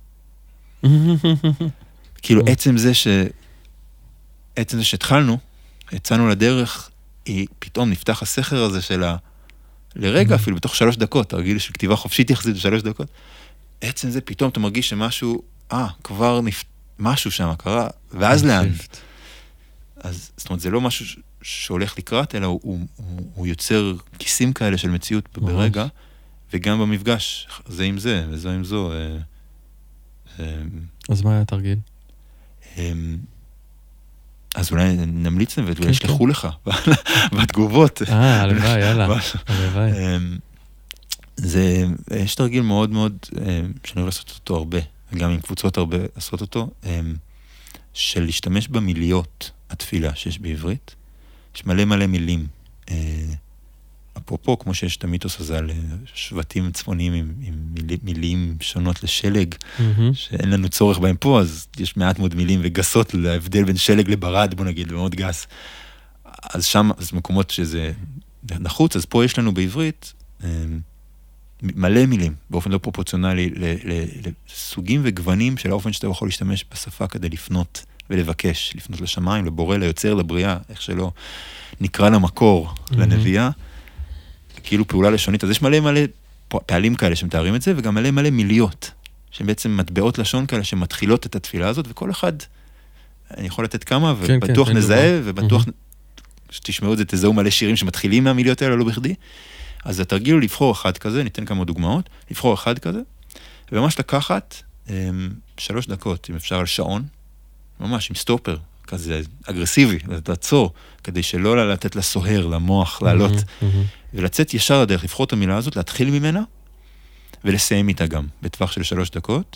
כאילו עצם זה ש... עצם זה שהתחלנו, יצאנו לדרך, היא פתאום נפתח הסכר הזה שלה, לרגע אפילו, בתוך שלוש דקות, תרגיל של כתיבה חופשית יחסית בשלוש דקות, עצם זה פתאום אתה מרגיש שמשהו, אה, כבר נפ... משהו שם קרה, ואז לאן? אז זאת אומרת, זה לא משהו שהולך לקראת, אלא הוא, הוא, הוא יוצר כיסים כאלה של מציאות ברגע, וגם במפגש, זה עם זה, וזו עם זו, אז מה היה התרגיל? אז אולי נמליץ להם, ואולי ישלחו לך בתגובות. אה, הלוואי, יאללה. הלוואי. זה, יש תרגיל מאוד מאוד, שאני אוהב לעשות אותו הרבה, וגם עם קבוצות הרבה לעשות אותו, של להשתמש במיליות התפילה שיש בעברית. יש מלא מלא מילים. אפרופו, כמו שיש את המיתוס הזה על שבטים צפוניים עם, עם מילים, מילים שונות לשלג, mm-hmm. שאין לנו צורך בהם פה, אז יש מעט מאוד מילים וגסות להבדל בין שלג לברד, בוא נגיד, מאוד גס. אז שם, אז מקומות שזה נחוץ, אז פה יש לנו בעברית מלא מילים, באופן לא פרופורציונלי, לסוגים וגוונים של האופן שאתה יכול להשתמש בשפה כדי לפנות ולבקש, לפנות לשמיים, לבורא, ליוצר, לבריאה, איך שלא נקרא למקור, mm-hmm. לנביאה, כאילו פעולה לשונית. אז יש מלא מלא פעלים כאלה שמתארים את זה, וגם מלא מלא מיליות, שהן בעצם מטבעות לשון כאלה שמתחילות את התפילה הזאת, וכל אחד, אני יכול לתת כמה, כן, ובטוח כן, נזהה, ובטוח mm-hmm. שתשמעו את זה, תזהו מלא שירים שמתחילים מהמיליות האלה, לא בכדי. אז התרגיל הוא לבחור אחד כזה, ניתן כמה דוגמאות, לבחור אחד כזה, וממש לקחת שלוש דקות, אם אפשר על שעון, ממש עם סטופר, כזה אגרסיבי, לעצור, כדי שלא לתת לסוהר, למוח, לעלות, mm-hmm, mm-hmm. ולצאת ישר לדרך, לבחור את המילה הזאת, להתחיל ממנה, ולסיים איתה גם, בטווח של שלוש דקות,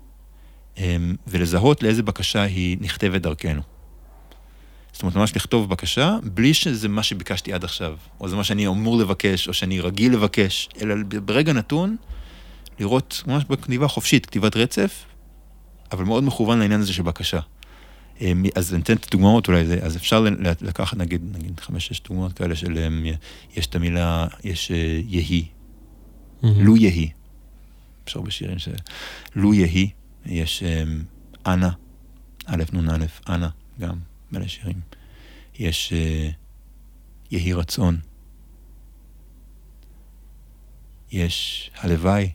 ולזהות לאיזה בקשה היא נכתבת דרכנו. זאת אומרת, ממש לכתוב בקשה, בלי שזה מה שביקשתי עד עכשיו, או זה מה שאני אמור לבקש, או שאני רגיל לבקש, אלא ברגע נתון, לראות ממש בכתיבה חופשית, כתיבת רצף, אבל מאוד מכוון לעניין הזה של בקשה. אז אני אתן את הדוגמאות אולי, אז אפשר לקחת, נגיד, נגיד חמש, שש דוגמאות כאלה של, יש את המילה, יש יהי, לו יהי, אפשר בשירים של, לו יהי, יש אנה, א' נון א', אנה, גם מלא שירים, יש יהי רצון, יש הלוואי,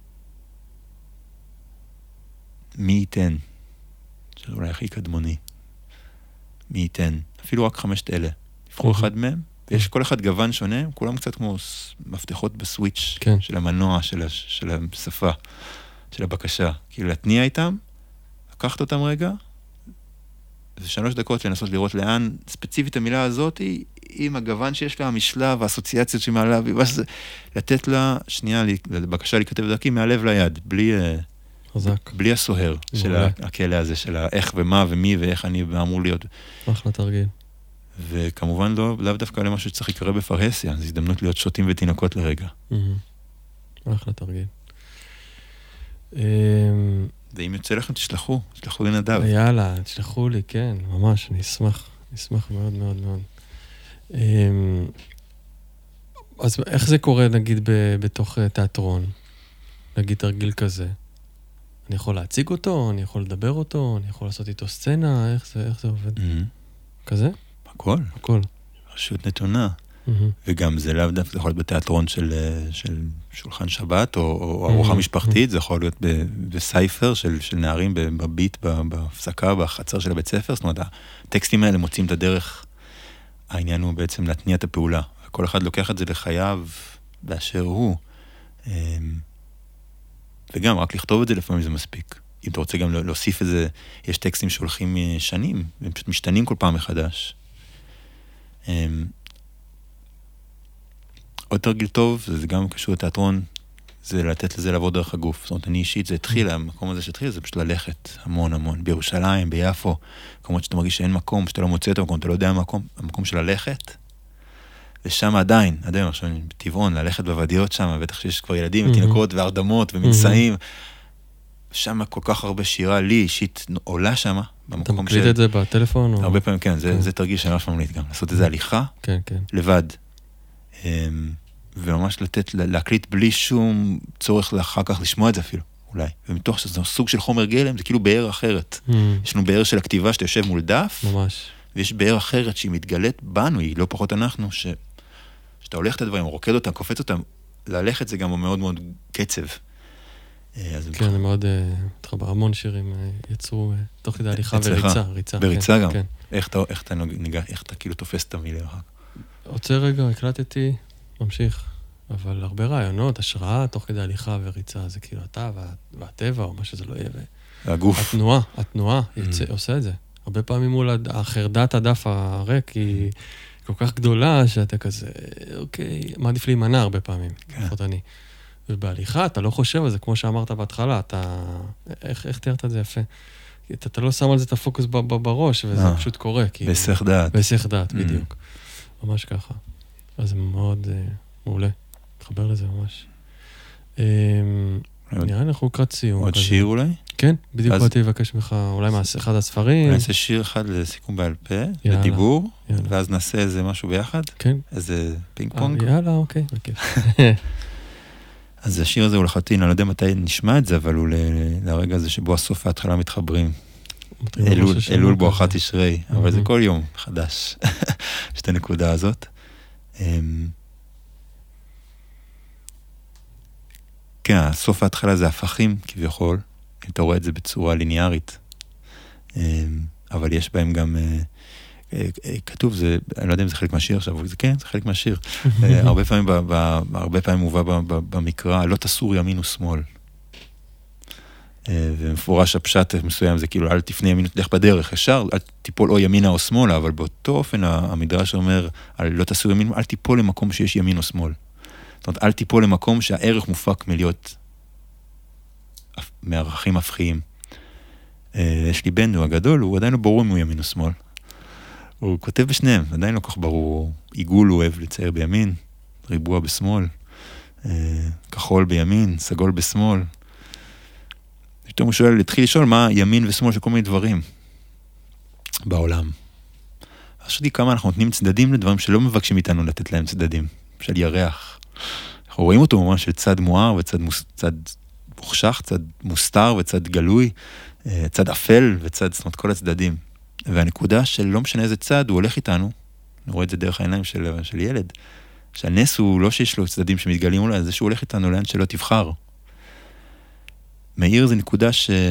מי ייתן, זה אולי הכי קדמוני, מי ייתן, אפילו רק חמשת אלה, לבחור אחד מהם, ויש כל אחד גוון שונה, כולם קצת כמו מפתחות בסוויץ' של המנוע, של השפה, של הבקשה, כאילו להתניע איתם, לקחת אותם רגע, ושלוש דקות לנסות לראות לאן ספציפית המילה הזאת היא, עם הגוון שיש לה, המשלה והאסוציאציות שמעלה, לתת לה, שנייה, לבקשה להיכתב דרכי מהלב ליד, בלי... חזק. בלי הסוהר של הכלא הזה, של איך ומה ומי ואיך אני אמור להיות. אחלה תרגיל. וכמובן לא, לאו דווקא למשהו שצריך לקרוא בפרהסיה, זו הזדמנות להיות שוטים ותינוקות לרגע. אחלה תרגיל. ואם יוצא לכם, תשלחו, תשלחו לנדב. יאללה, תשלחו לי, כן, ממש, אני אשמח, אני אשמח מאוד מאוד מאוד. אז איך זה קורה, נגיד, בתוך תיאטרון? נגיד תרגיל כזה. אני יכול להציג אותו, אני יכול לדבר אותו, אני יכול לעשות איתו סצנה, איך זה, איך זה עובד? Mm-hmm. כזה? הכל. הכל. רשות נתונה. Mm-hmm. וגם זה לאו דווקא, זה יכול להיות בתיאטרון של, של שולחן שבת, או, או ארוחה mm-hmm. משפחתית, זה יכול להיות ב, בסייפר של, של נערים, בביט, בהפסקה, בחצר של הבית ספר, זאת אומרת, הטקסטים האלה מוצאים את הדרך, העניין הוא בעצם להתניע את הפעולה. כל אחד לוקח את זה לחייו באשר הוא, וגם, רק לכתוב את זה לפעמים זה מספיק. אם אתה רוצה גם להוסיף את זה, יש טקסטים שהולכים שנים, והם פשוט משתנים כל פעם מחדש. עוד תרגיל טוב, זה גם קשור לתיאטרון, זה לתת לזה לעבוד דרך הגוף. זאת אומרת, אני אישית, זה התחיל, המקום הזה שהתחיל, זה פשוט ללכת המון המון. בירושלים, ביפו, מקומות שאתה מרגיש שאין מקום, שאתה לא מוצא את המקום, אתה לא יודע המקום, המקום של ללכת, ושם עדיין, עדיין, עכשיו, בטבעון, ללכת בוודיות שם, בטח שיש כבר ילדים, ותינוקות, והרדמות, ומנסאים, שם כל כך הרבה שירה, לי אישית עולה שם, אתה מקליט את זה בטלפון? הרבה פעמים, כן, זה תרגיל שאני ממש ממליץ גם, לעשות איזה הליכה, לבד, וממש לתת, להקליט בלי שום צורך לאחר כך לשמוע את זה אפילו, אולי, ומתוך שזה סוג של חומר גלם, זה כאילו באר אחרת, יש לנו באר של הכתיבה שאתה יושב מול דף, ממש. ויש באר אחרת שהיא מתגלית בנו, היא לא פחות אנחנו, ש... שאתה הולך את הדברים, רוקד אותם, קופץ אותם, ללכת זה גם מאוד מאוד קצב. כן, אני מאוד, התחבר, המון שירים יצרו תוך כדי הליכה וריצה, ריצה. בריצה גם? איך אתה ניגע, איך אתה כאילו תופס את המילה? עוצר רגע, הקלטתי, ממשיך, אבל הרבה רעיונות, השראה, תוך כדי הליכה וריצה, זה כאילו אתה והטבע, או מה שזה לא יהיה. הגוף. התנועה, התנועה עושה את זה. הרבה פעמים מול החרדת הדף הריק היא כל כך גדולה, שאתה כזה, אוקיי, מעדיף להימנע הרבה פעמים, לפחות אני. ובהליכה אתה לא חושב על זה, כמו שאמרת בהתחלה, אתה, איך, איך תיארת את זה יפה? אתה, אתה לא שם על זה את הפוקוס ב, ב, בראש, וזה לא, פשוט קורה. בסך דעת. בסך דעת, בדיוק. ממש ככה. אז זה מאוד אה, מעולה. תחבר לזה ממש. אה, נראה, אנחנו לקראת סיום. עוד שיר אולי? כן, בדיוק באתי לבקש ממך, אולי אחד הספרים. נעשה שיר אחד לסיכום בעל פה, לדיבור, ואז נעשה איזה משהו ביחד. כן. איזה פינג פונג. יאללה, אוקיי. אז השיר הזה הוא לחלוטין, אני לא יודע מתי נשמע את זה, אבל הוא לרגע הזה שבו הסוף וההתחלה מתחברים. אלול בואכה תשרי, אבל זה כל יום חדש, שתי נקודה הזאת. כן, הסוף וההתחלה זה הפכים כביכול, אם אתה רואה את זה בצורה ליניארית, אבל יש בהם גם, כתוב, זה, אני לא יודע אם זה חלק מהשיר עכשיו, אבל זה כן, זה חלק מהשיר. הרבה פעמים, הרבה פעמים מובא במקרא, לא תסור ימין ושמאל. ומפורש הפשט מסוים, זה כאילו, אל תפנה ימין, תלך בדרך, ישר, אל תיפול או ימינה או שמאלה, אבל באותו אופן המדרש אומר, לא תסור ימין, אל תיפול למקום שיש ימין או שמאל. זאת אומרת, אל תיפול למקום שהערך מופק מלהיות מערכים הפכיים. יש לי בן, הוא הגדול, הוא עדיין לא ברור אם הוא ימין או שמאל. הוא כותב בשניהם, עדיין לא כך ברור. עיגול הוא אוהב לצייר בימין, ריבוע בשמאל, כחול בימין, סגול בשמאל. פתאום הוא שואל, התחיל לשאול מה ימין ושמאל של כל מיני דברים בעולם. חשבתי כמה אנחנו נותנים צדדים לדברים שלא מבקשים איתנו לתת להם צדדים, של ירח. אנחנו רואים אותו ממש של צד מואר וצד מוס, צד מוחשך, צד מוסתר וצד גלוי, צד אפל וצד, זאת אומרת, כל הצדדים. והנקודה של לא משנה איזה צד, הוא הולך איתנו, אני רואה את זה דרך העיניים של, של ילד, שהנס הוא לא שיש לו צדדים שמתגלים אולי, זה שהוא הולך איתנו לאן שלא תבחר. מאיר זה נקודה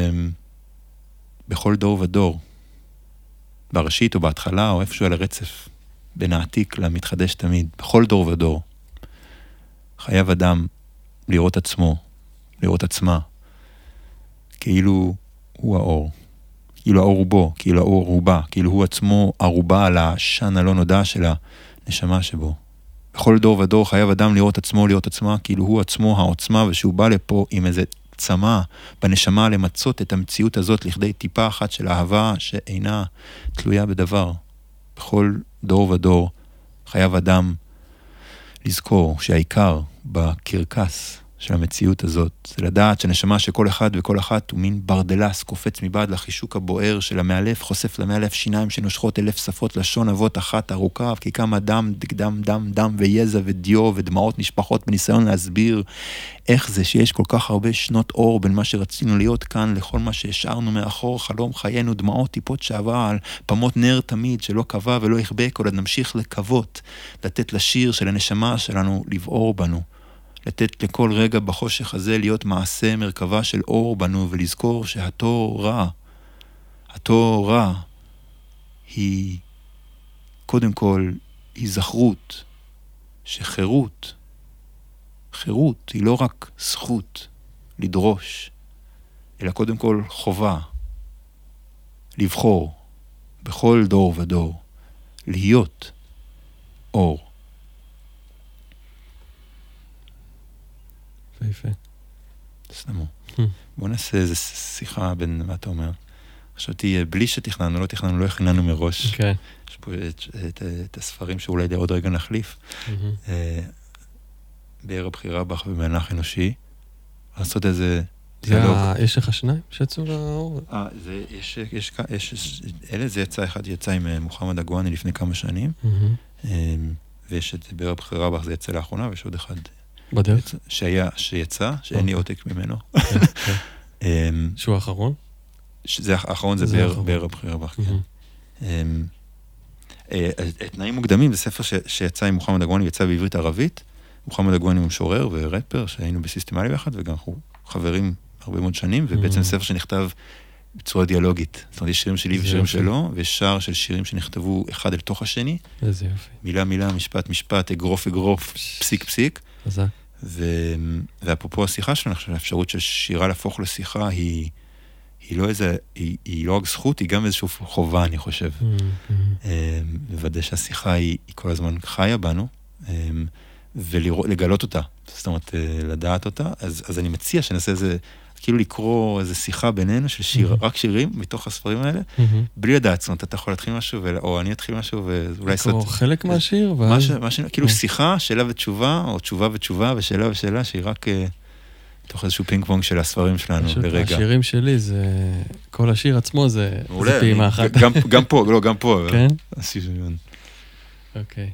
שבכל דור ודור, בראשית או בהתחלה או איפשהו על הרצף, בין העתיק למתחדש תמיד, בכל דור ודור, חייב אדם לראות עצמו, לראות עצמה, כאילו הוא האור, כאילו האור הוא בו, כאילו האור הוא בה, כאילו הוא עצמו ערובה על השן הלא נודע של הנשמה שבו. בכל דור ודור חייב אדם לראות עצמו, לראות עצמה, כאילו הוא עצמו העוצמה, ושהוא בא לפה עם איזה צמא בנשמה למצות את המציאות הזאת לכדי טיפה אחת של אהבה שאינה תלויה בדבר. בכל דור ודור חייב אדם לזכור שהעיקר בקרקס של המציאות הזאת זה לדעת שנשמה שכל אחד וכל אחת הוא מין ברדלס קופץ מבעד לחישוק הבוער של המאלף, חושף למאלף שיניים שנושכות אלף שפות לשון אבות אחת ארוכה, כי כמה דם, דם, דם, דם ויזע ודיו ודמעות נשפחות בניסיון להסביר איך זה שיש כל כך הרבה שנות אור בין מה שרצינו להיות כאן לכל מה שהשארנו מאחור, חלום חיינו, דמעות טיפות שעברה על פמות נר תמיד שלא קבע ולא יחבק, עוד נמשיך לקוות, לתת לשיר של הנשמה שלנו לבעור בנו. לתת לכל רגע בחושך הזה להיות מעשה מרכבה של אור בנו, ולזכור שהתור רע, התור רע היא קודם כל היזכרות, שחירות, חירות היא לא רק זכות לדרוש, אלא קודם כל חובה, לבחור בכל דור ודור, להיות אור. יפה. תסתמו. בוא נעשה איזו שיחה בין מה אתה אומר. חשבתי, בלי שתכננו, לא תכננו, לא הכננו מראש. כן. יש פה את הספרים שאולי עוד רגע נחליף. בעיר הבחירה בך במהלך אנושי. לעשות איזה דיאלוג. יש לך שניים שיצאו לאור? אה, יש, אלה זה יצא, אחד יצא עם מוחמד אגואני לפני כמה שנים. ויש את בעיר הבחירה בך, זה יצא לאחרונה, ויש עוד אחד בדרך? שהיה, שיצא, שאין לי עותק ממנו. שהוא האחרון? זה האחרון, זה בער הבחירה בך, כן. תנאים מוקדמים, זה ספר שיצא עם מוחמד אגואני, יצא בעברית ערבית. מוחמד אגואני הוא משורר ורפר, שהיינו בסיסטמלי ביחד, וגם אנחנו חברים הרבה מאוד שנים, ובעצם ספר שנכתב בצורה דיאלוגית. זאת אומרת, יש שירים שלי ושירים שלו, ויש שער של שירים שנכתבו אחד אל תוך השני. איזה יופי. מילה מילה, משפט משפט, אגרוף אגרוף, פסיק פסיק. ואפרופו השיחה שלנו, האפשרות של שירה להפוך לשיחה היא היא לא איזה, היא, היא לא רק זכות, היא גם איזושהי חובה, אני חושב. לוודא שהשיחה היא, היא כל הזמן חיה בנו, ולגלות אותה, זאת אומרת, לדעת אותה, אז, אז אני מציע שנעשה איזה, כאילו לקרוא איזה שיחה בינינו של שיר, mm-hmm. רק שירים מתוך הספרים האלה, mm-hmm. בלי לדעת, זאת אומרת, אתה יכול להתחיל משהו, או אני אתחיל משהו, ואולי... לקרוא חלק מהשיר, ואז... משהו, משהו, כאילו שיחה, שאלה ותשובה, או תשובה ותשובה, ושאלה ושאלה, שהיא רק תוך איזשהו פינג פונג של הספרים שלנו, לרגע. השירים שלי זה, כל השיר עצמו זה פעימה אחת. גם פה, לא, גם פה. כן? אוקיי.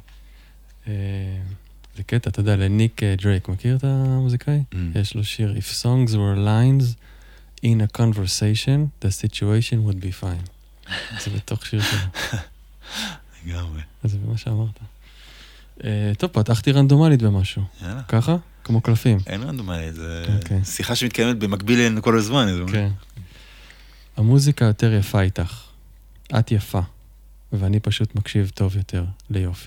זה קטע, אתה יודע, לניק דרייק, מכיר את המוזיקאי? יש לו שיר, If songs were lines in a conversation, the situation would be fine. זה בתוך שיר שלו. לגמרי. זה מה שאמרת. טוב, פתחתי רנדומלית במשהו. יאללה. ככה? כמו קלפים. אין רנדומלית, זה שיחה שמתקיימת במקביל אלינו כל הזמן. כן. המוזיקה יותר יפה איתך. את יפה. ואני פשוט מקשיב טוב יותר ליופי.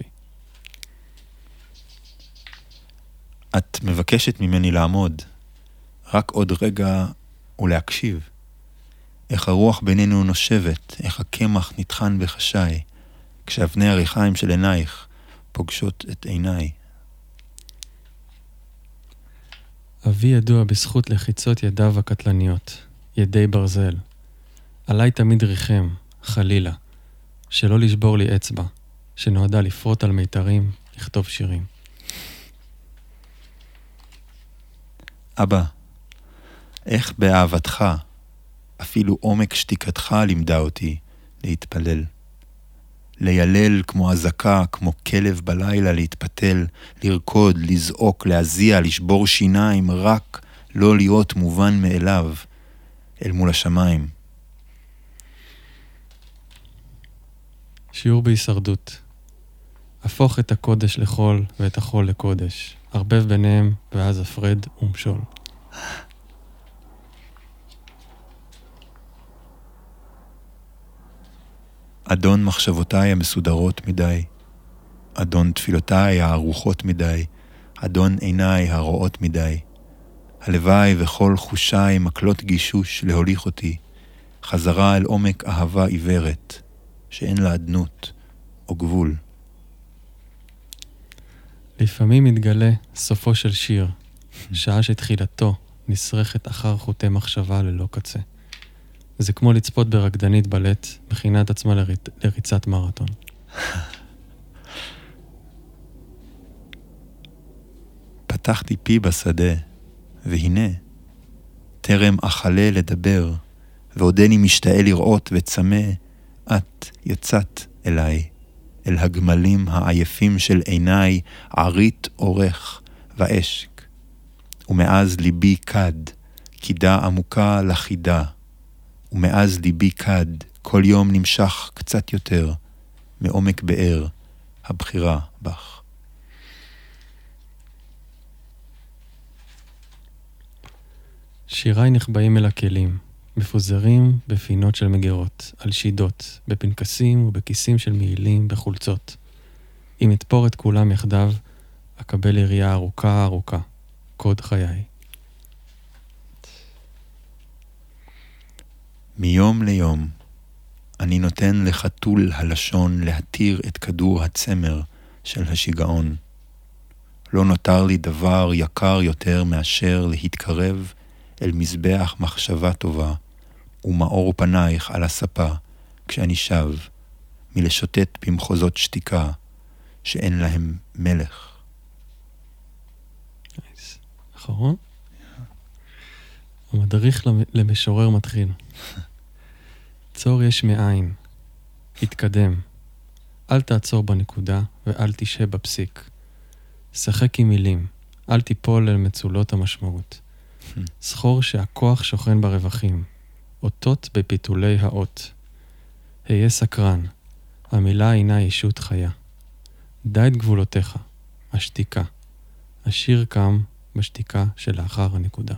את מבקשת ממני לעמוד, רק עוד רגע ולהקשיב. איך הרוח בינינו נושבת, איך הקמח נטחן בחשאי, כשאבני הריחיים של עינייך פוגשות את עיניי. אבי ידוע בזכות לחיצות ידיו הקטלניות, ידי ברזל. עליי תמיד ריחם, חלילה, שלא לשבור לי אצבע, שנועדה לפרוט על מיתרים, לכתוב שירים. אבא, איך באהבתך, אפילו עומק שתיקתך לימדה אותי להתפלל. לילל כמו הזקה, כמו כלב בלילה, להתפתל, לרקוד, לזעוק, להזיע, לשבור שיניים, רק לא להיות מובן מאליו אל מול השמיים. שיעור בהישרדות. הפוך את הקודש לחול ואת החול לקודש. ערבב ביניהם ואז הפרד ומשול. אדון מחשבותיי המסודרות מדי, אדון תפילותיי הארוכות מדי, אדון עיניי הרואות מדי. הלוואי וכל חושיי מקלות גישוש להוליך אותי, חזרה אל עומק אהבה עיוורת, שאין לה עדנות או גבול. לפעמים מתגלה סופו של שיר, שעה שתחילתו נשרכת אחר חוטי מחשבה ללא קצה. זה כמו לצפות ברקדנית בלט, מכינה את עצמה לריצ... לריצת מרתון. פתחתי פי בשדה, והנה, טרם אכלה לדבר, ועודני משתאה לראות וצמא, את יצאת אליי, אל הגמלים העייפים של עיניי, ערית אורך ואשק. ומאז ליבי קד, קידה עמוקה לחידה, ומאז ליבי קד, כל יום נמשך קצת יותר, מעומק באר, הבחירה בך. שיריי נחבאים אל הכלים, מפוזרים בפינות של מגירות, על שידות, בפנקסים ובכיסים של מעילים, בחולצות. אם אתפור את כולם יחדיו, אקבל יריעה ארוכה ארוכה, קוד חיי. מיום ליום, אני נותן לחתול הלשון להתיר את כדור הצמר של השיגעון. לא נותר לי דבר יקר יותר מאשר להתקרב אל מזבח מחשבה טובה, ומאור פנייך על הספה, כשאני שב, מלשוטט במחוזות שתיקה, שאין להם מלך. נייס. אחרון? המדריך למשורר מתחיל. צור יש מאין, התקדם. אל תעצור בנקודה ואל תשהה בפסיק. שחק עם מילים, אל תיפול אל מצולות המשמעות. זכור שהכוח שוכן ברווחים, אותות בפיתולי האות. היה סקרן, המילה אינה ישות חיה. דע את גבולותיך, השתיקה. השיר קם בשתיקה שלאחר הנקודה.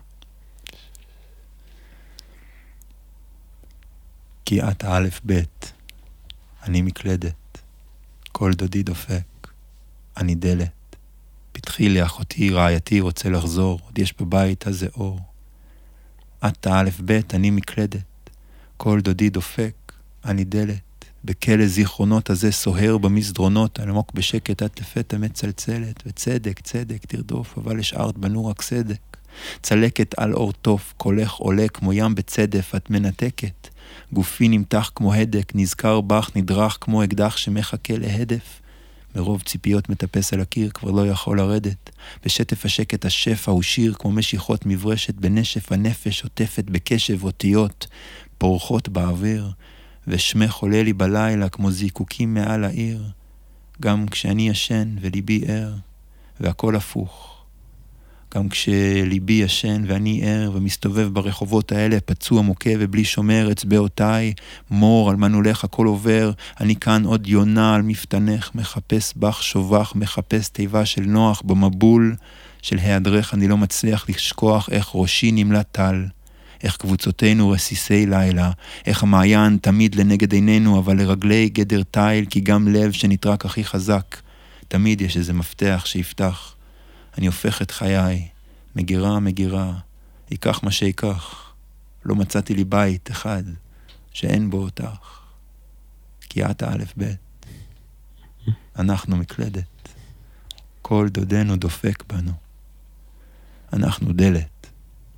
כי את א' ב', אני מקלדת, כל דודי דופק, אני דלת. פתחי לי אחותי, רעייתי רוצה לחזור, עוד יש בבית הזה אור. את א' ב', אני מקלדת, כל דודי דופק, אני דלת, בכלא זיכרונות הזה סוהר במסדרונות, עמוק בשקט עד לפתע מצלצלת, וצדק, צדק, תרדוף, אבל השארת בנו רק צדק. צלקת על אור טוף, קולך עולה כמו ים בצדף, את מנתקת. גופי נמתח כמו הדק, נזכר בך, נדרך כמו אקדח שמחכה להדף. מרוב ציפיות מטפס על הקיר, כבר לא יכול לרדת. בשטף השקט השפע הוא שיר כמו משיכות מברשת, בנשף הנפש עוטפת בקשב אותיות, פורחות באוויר, ושמך עולה לי בלילה כמו זיקוקים מעל העיר, גם כשאני ישן וליבי ער, והכל הפוך. גם כשליבי ישן ואני ער ומסתובב ברחובות האלה, פצוע מוכה ובלי שומר, אצבעותיי, מור על מנולך הכל עובר, אני כאן עוד יונה על מפתנך, מחפש בך שובך, מחפש תיבה של נוח במבול של היעדרך, אני לא מצליח לשכוח איך ראשי נמלט טל, איך קבוצותינו רסיסי לילה, איך המעיין תמיד לנגד עינינו, אבל לרגלי גדר תיל, כי גם לב שנטרק הכי חזק, תמיד יש איזה מפתח שיפתח. אני הופך את חיי, מגירה, מגירה, ייקח מה שיקח. לא מצאתי לי בית אחד שאין בו אותך. כי את האלף בית. אנחנו מקלדת. כל דודנו דופק בנו. אנחנו דלת.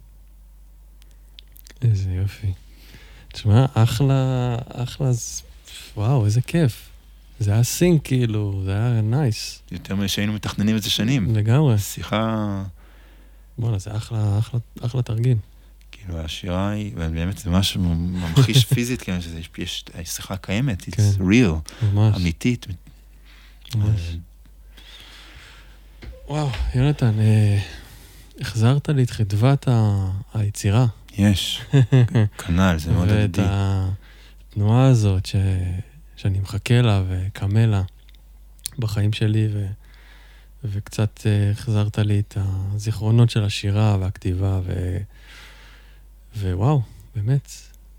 איזה יופי. תשמע, אחלה, אחלה, וואו, איזה כיף. זה היה סינק, כאילו, זה היה נייס. יותר משהיינו מתכננים את זה שנים. לגמרי. שיחה... בוא'נה, זה אחלה, אחלה, אחלה תרגיל. כאילו, השירה היא, באמת זה משהו ממחיש פיזית, כאילו, שיש שיחה קיימת, it's real, ממש. אמיתית. ממש. וואו, יונתן, החזרת לי את חדוות היצירה. יש, כנל, זה מאוד עדידי. ואת התנועה הזאת ש... שאני מחכה לה וקמה לה בחיים שלי, ו... וקצת החזרת לי את הזיכרונות של השירה והכתיבה, ו... ווואו, באמת,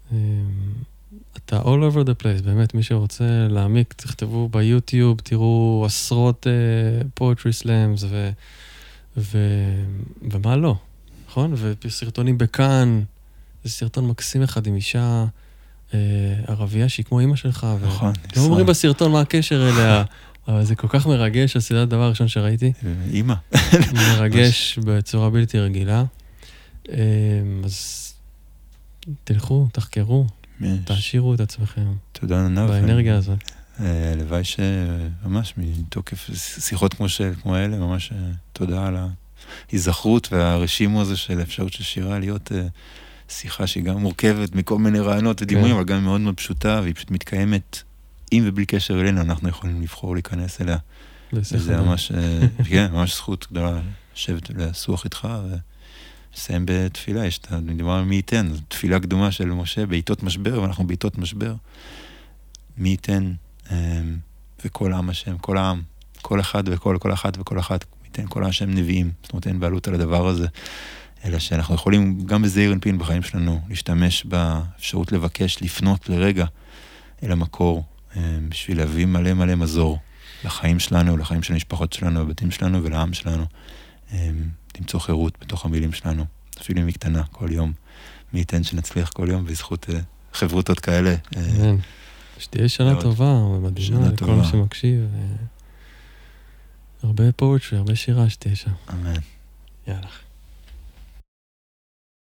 אתה all over the place, באמת, מי שרוצה להעמיק, תכתבו ביוטיוב, תראו עשרות uh, poetry slams, ו... ו... ומה לא, נכון? וסרטונים בכאן, זה סרטון מקסים אחד עם אישה אה, ערבייה שהיא כמו אמא שלך, נכון. לא אומרים בסרטון מה הקשר אליה, אבל זה כל כך מרגש, אז זה הדבר הראשון שראיתי. אמא. מרגש בצורה בלתי רגילה. אה, אז תלכו, תחקרו, תעשירו את עצמכם. תודה ננב. באנרגיה הזאת. הלוואי שממש מתוקף שיחות כמו, של, כמו האלה, ממש תודה על ההיזכרות והרשימו הזה של האפשרות של שירה להיות שיחה שהיא גם מורכבת מכל מיני רעיונות ודימויים, אבל גם מאוד מאוד פשוטה, והיא פשוט מתקיימת עם ובלי קשר אלינו, אנחנו יכולים לבחור להיכנס אליה. וזה ממש, כן, ממש זכות גדולה לשבת ולסוח איתך, ולסיים בתפילה. יש את הדבר מי ייתן, זו תפילה קדומה של משה בעיתות משבר, ואנחנו בעיתות משבר. מי ייתן, וכל העם השם, כל העם, כל אחד וכל, כל אחת וכל אחת, ייתן כל השם נביאים, זאת אומרת, אין בעלות על הדבר הזה, אלא שאנחנו יכולים גם בזעיר אנפין בחיים שלנו, להשתמש באפשרות לבקש, לפנות לרגע אל המקור, בשביל להביא מלא מלא מזור לחיים שלנו, לחיים של המשפחות שלנו, לבתים שלנו ולעם שלנו, למצוא חירות בתוך המילים שלנו, אפילו אם היא קטנה כל יום, מי ייתן שנצליח כל יום בזכות חברותות כאלה. שתהיה שנה טובה ומדהימה לכל מי שמקשיב. הרבה פואטרי, הרבה שירה שתהיה שם. אמן. יאללה.